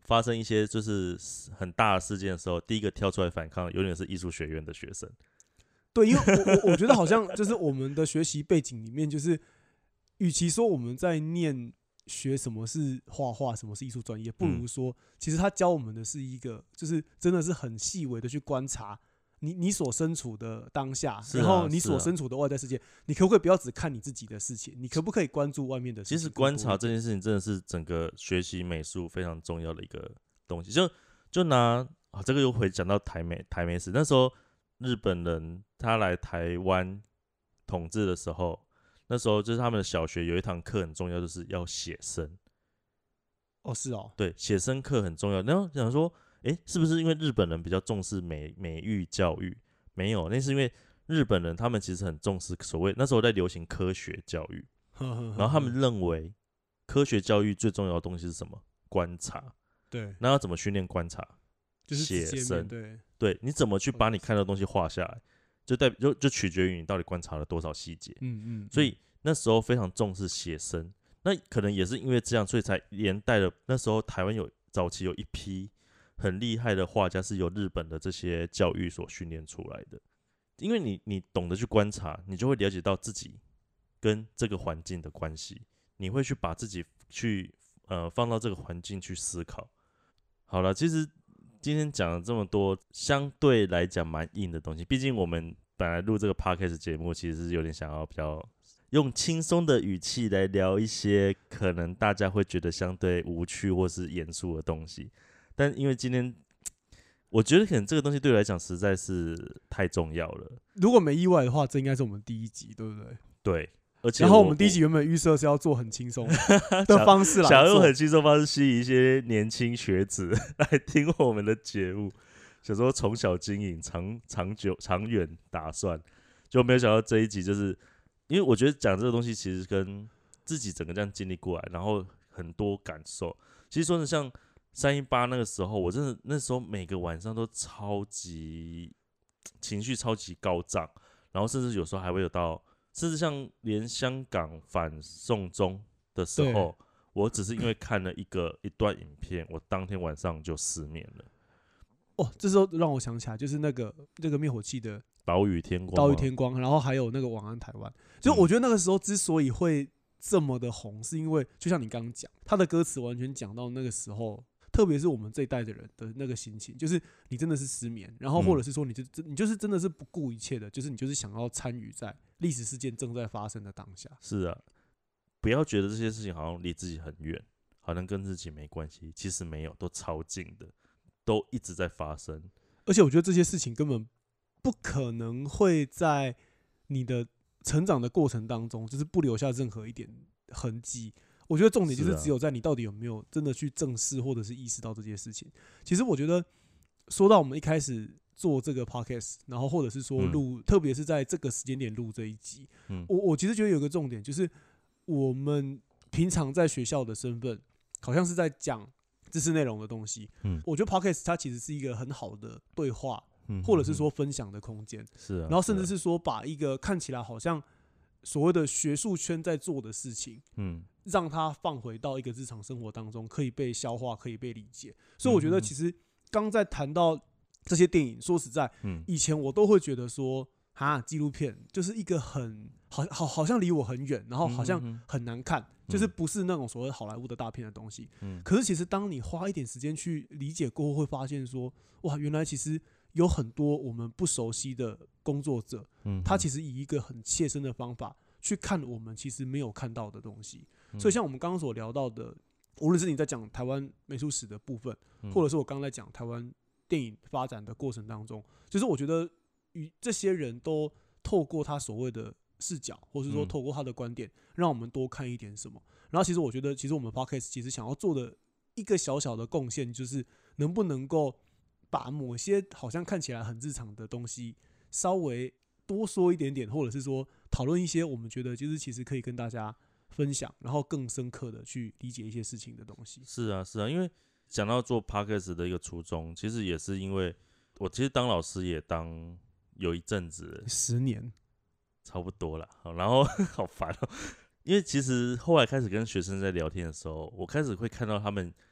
发生一些就是很大的事件的时候，第一个跳出来反抗，永远是艺术学院的学生。 对，因为我我我觉得好像就是我们的学习背景里面，就是与其说我们在念学什么是画画，什么是艺术专业，不如说，其实他教我们的是一个，就是真的是很细微的去观察你你所身处的当下， 啊、 然后你所身处的外在世界，你可不可以不要只看你自己的事情，你可不可以关注外面的事情？ 其实观察这件事情真的是整个学习美术非常重要的一个东西。就就拿啊，这个又回讲到台美台美史，那时候日本人他来台湾统治的时候。那时候就是他们的小学有一堂课很重要，就是要写生。 哦，是哦， 对，写生课很重要。然后想说，哎，是不是因为日本人比较重视美美育教育？没有，那是因为日本人他们其实很重视所谓那时候在流行科学教育，然后他们认为科学教育最重要的东西是什么？观察。 对。 那要怎么训练观察？ 就是写生。 对。 对，你怎么去把你看到的东西画下来？就代就就取决于你到底观察了多少细节， 嗯嗯， 所以那时候非常重视写生，那可能也是因为这样，所以才连带了那时候台湾有早期有一批很厉害的画家是由日本的这些教育所训练出来的，因为你你懂得去观察，你就会了解到自己跟这个环境的关系，你会去把自己去呃放到这个环境去思考。好了，其实。今天讲了这么多，相对来讲蛮硬的东西。毕竟我们本来录这个 podcast 节目，其实是有点想要比较用轻松的语气来聊一些可能大家会觉得相对无趣或是严肃的东西。但因为今天，我觉得可能这个东西对我来讲实在是太重要了。 如果没意外的话，这应该是我们第一集，对不对？ 对。而且然后我们第一集原本预设是要做很轻松的方式来做， 想用很轻松的方式吸引一些年轻学子来听我们的节目，想说从小经营，长长久长远打算，就没有想到这一集就是，因为我觉得讲这个东西其实跟自己整个这样经历过来，然后很多感受。其实说是像三一八那个时候，我真的那时候每个晚上都超级情绪超级高涨，然后甚至有时候还会有到。甚至像连香港反送中的时候，我只是因为看了一个一段影片，我当天晚上就失眠了。 哦，这时候让我想起来，就是那个那个灭火器的岛屿天光， 岛屿天光，然后还有那个晚安台湾。就我觉得那个时候之所以会这么的红，是因为就像你刚刚讲，他的歌词完全讲到那个时候。特别是我们这一代的人的那个心情，就是你真的是失眠，然后或者是说你就你就是真的是不顾一切的，就是你就是想要参与在历史事件正在发生的当下。 是啊，不要觉得这些事情好像离自己很远，好像跟自己没关系，其实没有，都超近的，都一直在发生。 而且我觉得这些事情根本不可能会在你的成长的过程当中，就是不留下任何一点痕迹。我觉得重点就是只有在你到底有没有真的去正视或者是意识到这些事情。其实我觉得说到我们一开始做这个 podcast， 然后或者是说录、嗯，特别是在这个时间点录这一集，嗯、我我其实觉得有一个重点就是我们平常在学校的身份，好像是在讲知识内容的东西。嗯，我觉得 podcast 它其实是一个很好的对话，嗯、或者是说分享的空间。是啊，然后甚至是说把一个看起来好像所谓的学术圈在做的事情，嗯。让它放回到一个日常生活当中，可以被消化，可以被理解。所以我觉得，其实刚在谈到这些电影，说实在，以前我都会觉得说，哈，纪录片就是一个很好好好像离我很远，然后好像很难看，就是不是那种所谓好莱坞的大片的东西。可是其实当你花一点时间去理解过后，会发现说，哇，原来其实有很多我们不熟悉的工作者，他其实以一个很切身的方法去看我们其实没有看到的东西。所以像我们刚刚所聊到的，无论是你在讲台湾美术史的部分，或者是我刚刚在讲台湾电影发展的过程当中，就是我觉得与这些人都透过他所谓的视角，或是说透过他的观点，让我们多看一点什么。然后其实我觉得，其实我们 podcast 其实想要做的一个小小的贡献，就是能不能够把某些好像看起来很日常的东西，稍微多说一点点，或者是说讨论一些我们觉得就是其实可以跟大家分享，然后更深刻的去理解一些事情的东西。 是啊，是啊，因为讲到做 podcast 的一个初衷，其实也是因为我其实当老师也当有一阵子， 十年， 差不多啦。然后好烦哦，因为其实后来开始跟学生在聊天的时候，我开始会看到他们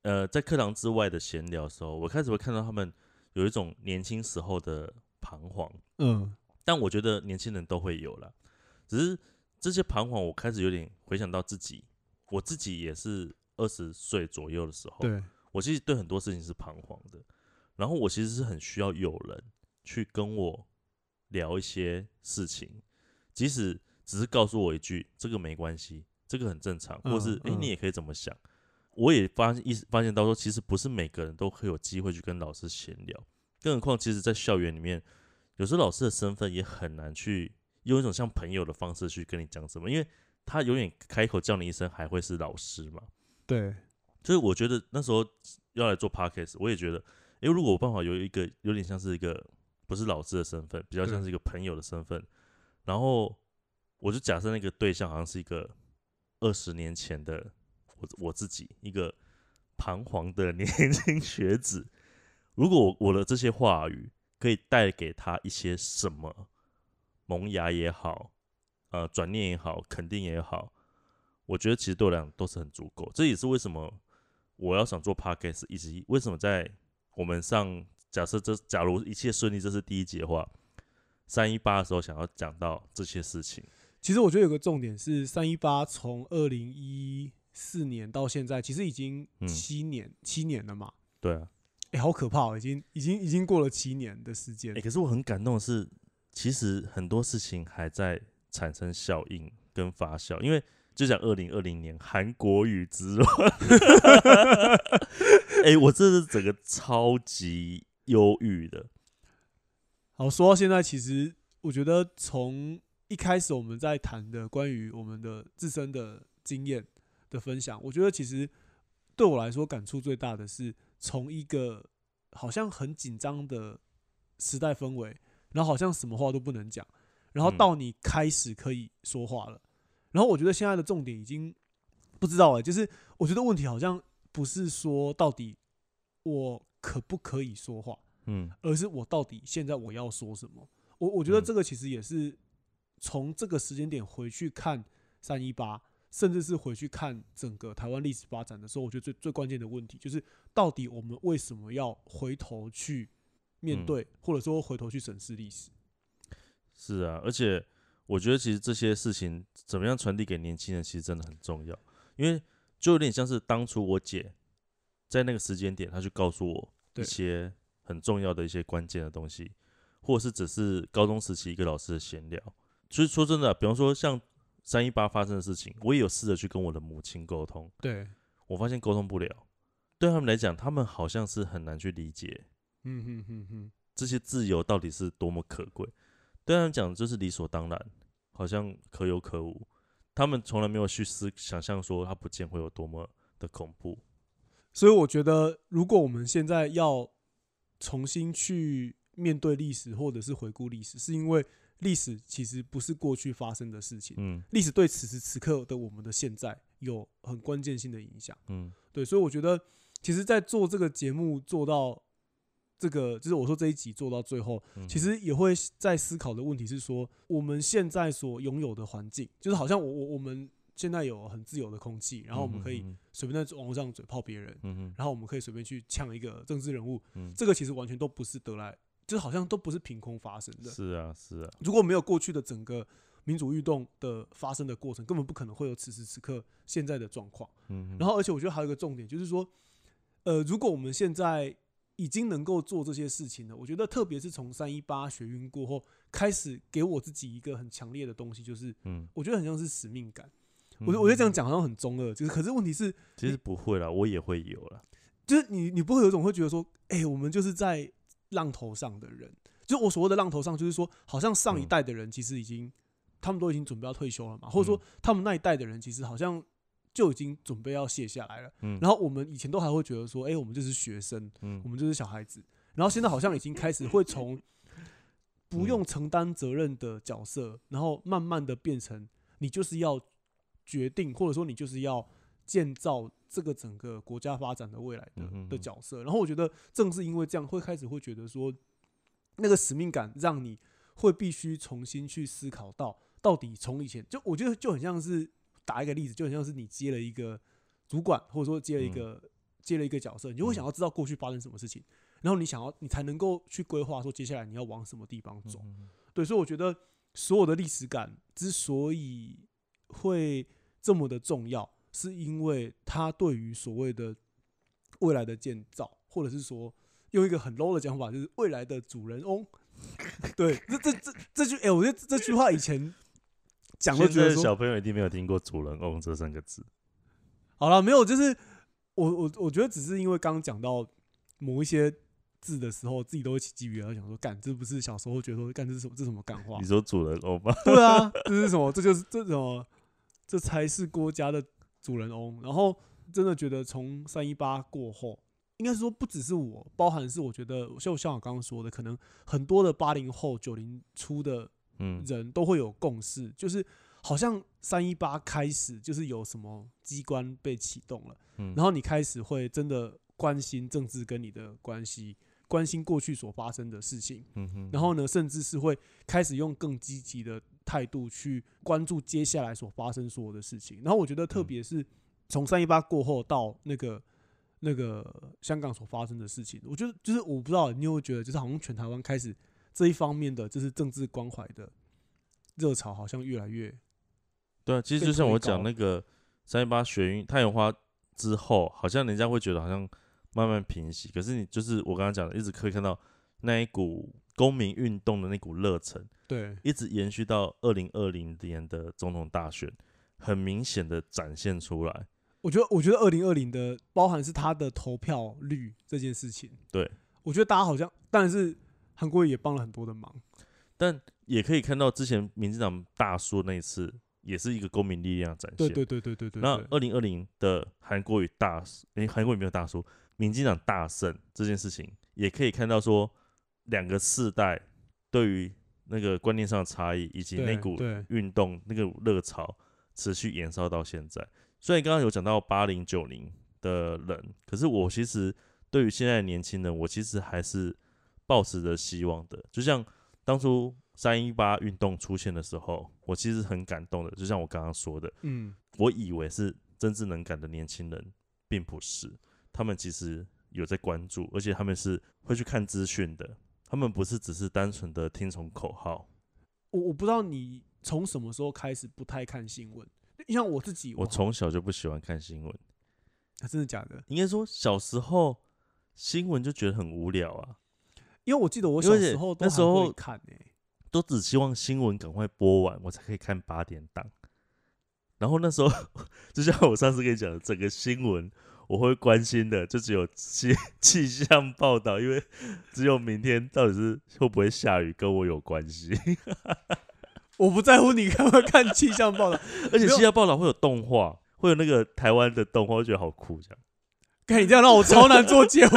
呃，在课堂之外的闲聊的时候，我开始会看到他们有一种年轻时候的彷徨。 嗯， 但我觉得年轻人都会有啦，只是这些彷徨，我开始有点回想到自己，我自己也是二十岁左右的时候， 对， 我其实对很多事情是彷徨的，然后我其实是很需要有人去跟我聊一些事情，即使只是告诉我一句这个没关系，这个很正常，或是哎、 嗯嗯、 你也可以怎么想。我也发现发现到说，其实不是每个人都会有机会去跟老师闲聊，更何况其实在校园里面，有时候老师的身份也很难去用一种像朋友的方式去跟你讲什么，因为他永远开口叫你一声还会是老师嘛。 对， 所以我觉得那时候要来做 podcast， 我也觉得，因为如果我办法有一个有点像是一个不是老师的身份，比较像是一个朋友的身份，然后我就假设那个对象好像是一个二十年前的我我自己，一个彷徨的年轻学子。如果 我, 我的这些话语可以带给他一些什么萌芽也好，呃，转念也好，肯定也好，我觉得其实对我来讲都是很足够。这也是为什么我要想做 podcast， 以及为什么在我们上假设这假如一切顺利，这是第一集的话，三一八的时候想要讲到这些事情。 其实我觉得有个重点是，三一八从二零一四年到现在，其实已经七年、嗯、七年了嘛。 对啊， 哎、欸，好可怕哦，已经已经已经过了七年的时间。 哎、欸，可是我很感动的是，其实很多事情还在产生效应跟发酵，因为就讲二零二零年韩国瑜之乱，哎、欸，我真的是整个超级忧郁的。 好，说到现在，其实我觉得从一开始我们在谈的关于我们的自身的经验的分享，我觉得其实对我来说感触最大的是，从一个好像很紧张的时代氛围，然后好像什么话都不能讲，然后到你开始可以说话了。嗯、然后我觉得现在的重点已经不知道哎、欸，就是我觉得问题好像不是说到底我可不可以说话，嗯，而是我到底现在我要说什么。我我觉得这个其实也是从这个时间点回去看三一八，甚至是回去看整个台湾历史发展的时候，我觉得最最关键的问题就是，到底我们为什么要回头去面对，嗯、或者说回头去审视历史？ 是啊，而且我觉得其实这些事情怎么样传递给年轻人，其实真的很重要，因为就有点像是当初我姐在那个时间点，她就告诉我一些很重要的一些关键的东西。或者是只是高中时期一个老师的闲聊，所以说真的、啊，比方说像三一八发生的事情，我也有试着去跟我的母亲沟通， 对， 我发现沟通不了，对他们来讲，他们好像是很难去理解， 嗯哼哼哼， 这些自由到底是多么可贵，对他们讲就是理所当然，好像可有可无，他们从来没有去思想象说它不见会有多么的恐怖， 所以我觉得，如果我们现在要重新去面对历史，或者是回顾历史，是因为历史其实不是过去发生的事情，嗯，历史对此时此刻的我们的现在有很关键性的影响，嗯，对，所以我觉得，其实，在做这个节目做到这个，就是我说这一集做到最后，嗯、其实也会在思考的问题是说，我们现在所拥有的环境，就是好像我我我们现在有很自由的空气，然后我们可以随便在网络上嘴炮别人，嗯、然后我们可以随便去呛一个政治人物，嗯、这个其实完全都不是得来。就是好像都不是凭空发生的， 是啊，是啊。 如果没有过去的整个民主运动的发生的过程，根本不可能会有此时此刻现在的状况。嗯，然后，而且我觉得还有一个重点，就是说，呃，如果我们现在已经能够做这些事情了，我觉得特别是从三一八学运过后，开始给我自己一个很强烈的东西，就是，嗯，我觉得很像是使命感。嗯、我我觉得这样讲好像很中二，就是，可是问题是， 其实不会啦，我也会有啦。 就是你你不会有一种会觉得说，哎、欸，我们就是在浪头上的人，就我所谓的浪头上，就是说，好像上一代的人其实已经，嗯、他们都已经准备要退休了嘛，或者说他们那一代的人其实好像就已经准备要卸下来了。嗯、然后我们以前都还会觉得说，哎、欸，我们就是学生，嗯、我们就是小孩子。然后现在好像已经开始会从不用承担责任的角色，然后慢慢的变成你就是要决定，或者说你就是要建造这个整个国家发展的未来 的, 的角色，然后我觉得正是因为这样，会开始会觉得说，那个使命感让你会必须重新去思考到，到底从以前就我觉得就很像是打一个例子，就很像是你接了一个主管，或者说接了一个接了一个角色，你就会想要知道过去发生什么事情，嗯、然后你想要你才能够去规划说接下来你要往什么地方走。嗯、对，所以我觉得所有的历史感之所以会这么的重要，是因为它对于所谓的未来的建造，或者是说用一个很 low 的讲法，就是未来的主人翁。对，这这这这句，哎、欸，我觉得这句话以前讲都觉得说， 小朋友一定没有听过“主人翁”这三个字。 好了，没有，就是我我我觉得只是因为刚刚讲到某一些字的时候，自己都会起鸡皮疙瘩，想说，干，这不是小时候觉得说，干，这是什么？这是什么干话？ 你说主人翁吗？ 对啊，这是什么？这就是这什么？这才是郭家的主人翁。然后真的觉得从三一八过后，应该说不只是我，包含是我觉得，就像我刚刚说的，可能很多的八零后、九零初的人都会有共识，嗯、就是好像三一八开始就是有什么机关被启动了，嗯、然后你开始会真的关心政治跟你的关系，关心过去所发生的事情，嗯、哼然后呢，甚至是会开始用更积极的态度去关注接下来所发生所有的事情。然后我觉得，特别是从三一八过后到那个。那个香港所发生的事情，我觉得就是我不知道你有没有觉得，就是好像全台湾开始这一方面的就是政治关怀的热潮，好像越来越对啊。其实就像我讲那个三一八学运太阳花之后，好像人家会觉得好像慢慢平息，可是你就是我刚刚讲的，一直可以看到那一股公民运动的那股热忱， 对， 一直延续到二零二零年的总统大选，很明显的展现出来。 我觉得，我觉得二零二零的包含是他的投票率这件事情。 对， 我觉得大家好像，当然是韩国瑜也帮了很多的忙， 但也可以看到之前民进党大输那一次，也是一个公民力量展现。 对对对对对对。 那二零二零的韩国瑜大，诶，韩国瑜没有大输，民进党大胜这件事情，也可以看到说两个世代对于那个观念上的差异，以及那股运动那个热潮持续延烧到现在。虽然刚刚有讲到八零九零的人，可是我其实对于现在的年轻人，我其实还是抱持着希望的。就像当初三一八运动出现的时候，我其实很感动的。就像我刚刚说的，嗯，我以为是真正能感的年轻人，并不是。他们其实有在关注，而且他们是会去看资讯的。他们不是只是单纯的听从口号。 我我不知道你从什么时候开始不太看新闻。像我自己， 我从小就不喜欢看新闻。 啊、真的假的？ 应该说小时候新闻就觉得很无聊啊。 因为我记得我小时候都还会看诶、欸， 都只希望新闻赶快播完，我才可以看八点档。然后那时候，就像我上次跟你讲的，整个新闻我会关心的，就只有气气象报道，因为只有明天到底是会不会下雨跟我有关系。 我不在乎你看不看气象报道， 而且气象报道会有动画，会有那个台湾的动画，我觉得好酷这样。 看你这样让我超难做结尾。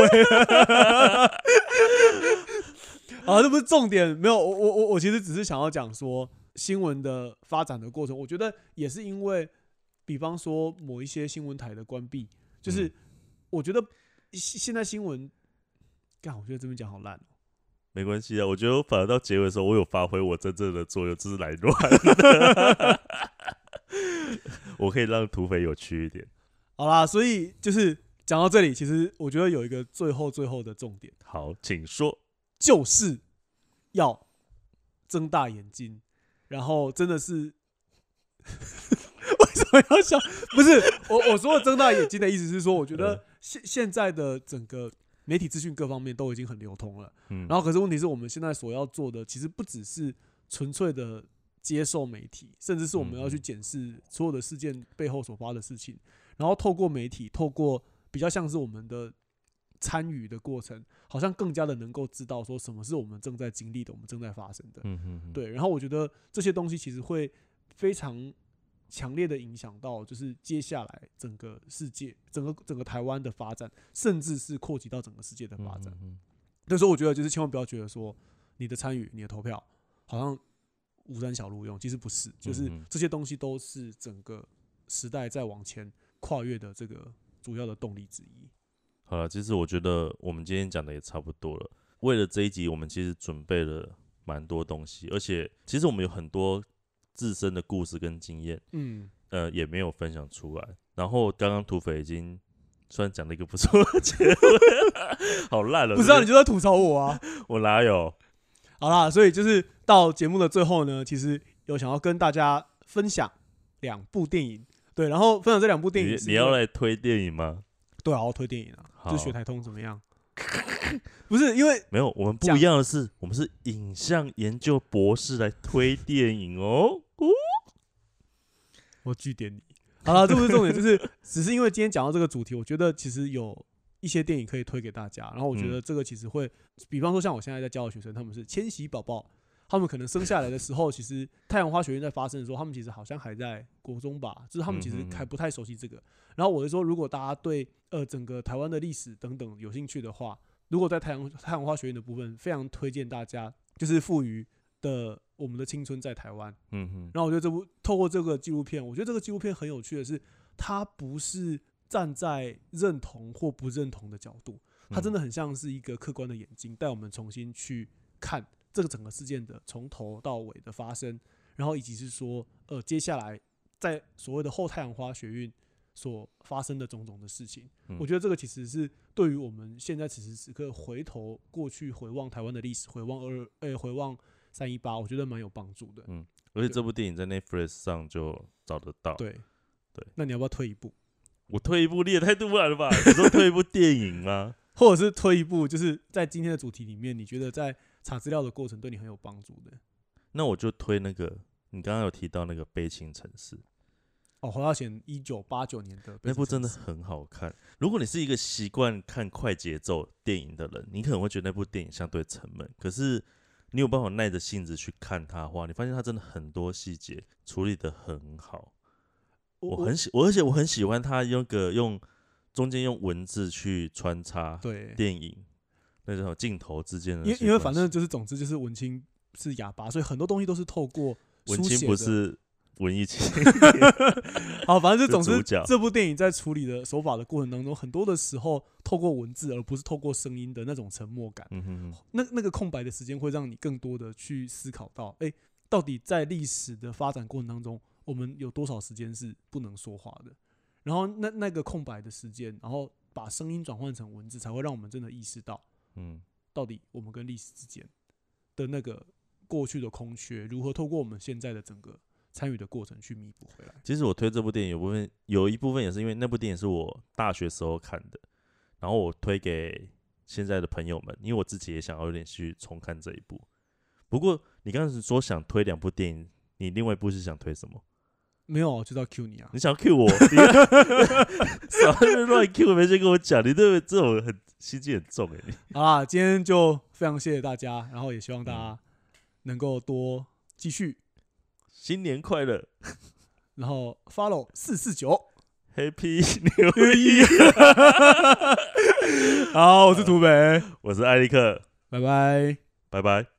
啊，这不是重点，没有，我我我其实只是想要讲说新闻的发展的过程，我觉得也是因为，比方说某一些新闻台的关闭，就是我觉得现在新闻，干，我觉得这边讲好烂哦。 没关系啊，我觉得反而到结尾的时候，我有发挥我真正的作用，只是来乱的。我可以让土匪有趣一点。 好啦，所以就是讲到这里，其实我觉得有一个最后最后的重点。 好，请说。 就是要睁大眼睛，然后真的是为什么要笑？不是我我说的睁大眼睛的意思是说，我觉得现现在的整个媒体资讯各方面都已经很流通了，嗯，然后可是问题是我们现在所要做的，其实不只是纯粹的接受媒体，甚至是我们要去检视所有的事件背后所发的事情，然后透过媒体，透过比较像是我们的参与的过程，好像更加的能够知道说什么是我们正在经历的，我们正在发生的，嗯哼哼，对。然后我觉得这些东西其实会非常强烈的影响到，就是接下来整个世界、整个整个台湾的发展，甚至是扩及到整个世界的发展。所以说，我觉得就是千万不要觉得说你的参与、你的投票好像无三小路用，其实不是，就是这些东西都是整个时代在往前跨越的这个主要的动力之一。 好了，其实我觉得我们今天讲的也差不多了。为了这一集，我们其实准备了蛮多东西，而且其实我们有很多自身的故事跟经验，嗯，呃，也没有分享出来。然后刚刚土匪已经虽然讲了一个不错的结论，好烂了。 不知道你就在吐槽我啊？ 我哪有？ 好啦，所以就是到节目的最后呢，其实有想要跟大家分享两部电影，对，然后分享这两部电影你，你要来推电影吗？ 对啊，我要推电影啊，就是学台通怎么样？不是因为没有，我们不一样的是，我们是影像研究博士来推电影哦。哦我据点你。好了，这不是重点，就是只是因为今天讲到这个主题，我觉得其实有一些电影可以推给大家，然后我觉得这个其实会，比方说像我现在在教的学生，他们是千禧宝宝，他们可能生下来的时候，其实太阳花学运在发生的时候，他们其实好像还在国中吧，就是他们其实还不太熟悉这个。然后我就说，如果大家对呃整个台湾的历史等等有兴趣的话，如果在太阳太阳花学运的部分，非常推荐大家就是赋予的我们的青春在台湾。嗯哼。然后我觉得这部透过这个纪录片，我觉得这个纪录片很有趣的是，它不是站在认同或不认同的角度，它真的很像是一个客观的眼睛，带我们重新去看这个整个事件的从头到尾的发生，然后以及是说，呃，接下来在所谓的后太阳花学运所发生的种种的事情。嗯、我觉得这个其实是对于我们现在此时此刻回头过去回望台湾的历史，回望二呃、欸、回望三一八，我觉得蛮有帮助的。 嗯，而且这部电影在 Netflix 上就找得到。 对对， 那你要不要推一部？ 我推一部你也太突然了吧？你说推一部电影吗？ 或者是推一部，就是在今天的主题里面，你觉得在查资料的过程对你很有帮助的？ 那我就推那个，你刚刚有提到那个《悲情城市》。 哦，侯耀贤一九八九年的那部真的很好看。如果你是一个习惯看快节奏电影的人，你可能会觉得那部电影相对沉闷。可是你有办法耐着性子去看它的话，你发现它真的很多细节处理得很好。我, 我很喜，我而且我很喜欢它用个用中间用文字去穿插电影那种镜头之间的。 因为因为反正就是总之就是文青是哑巴，所以很多东西都是透过文青不是文艺青。 好，反正就总之这部电影在处理的手法的过程当中，很多的时候透过文字而不是透过声音的那种沉默感。嗯哼哼，那那个空白的时间会让你更多的去思考到，哎、欸，到底在历史的发展过程当中，我们有多少时间是不能说话的？然后那那个空白的时间，然后把声音转换成文字，才会让我们真的意识到，嗯，到底我们跟历史之间的那个过去的空缺，如何透过我们现在的整个参与的过程去弥补回来。 其实我推这部电影有部分有一部分也是因为那部电影是我大学时候看的，然后我推给现在的朋友们，因为我自己也想要有点去重看这一部。不过你刚才说想推两部电影，你另外一部是想推什么？ 没有，就是要 Q 你啊！ 你想要 Q 我？你少在那边乱 Q， 没先跟我讲，你对这种很心机很重哎、欸。 好啦，今天就非常谢谢大家，然后也希望大家能够多继续。 新年快乐！ 然后 follow 四四九 Happy New Year！ 好，我是土北， 我是艾利克， 拜拜， 拜拜。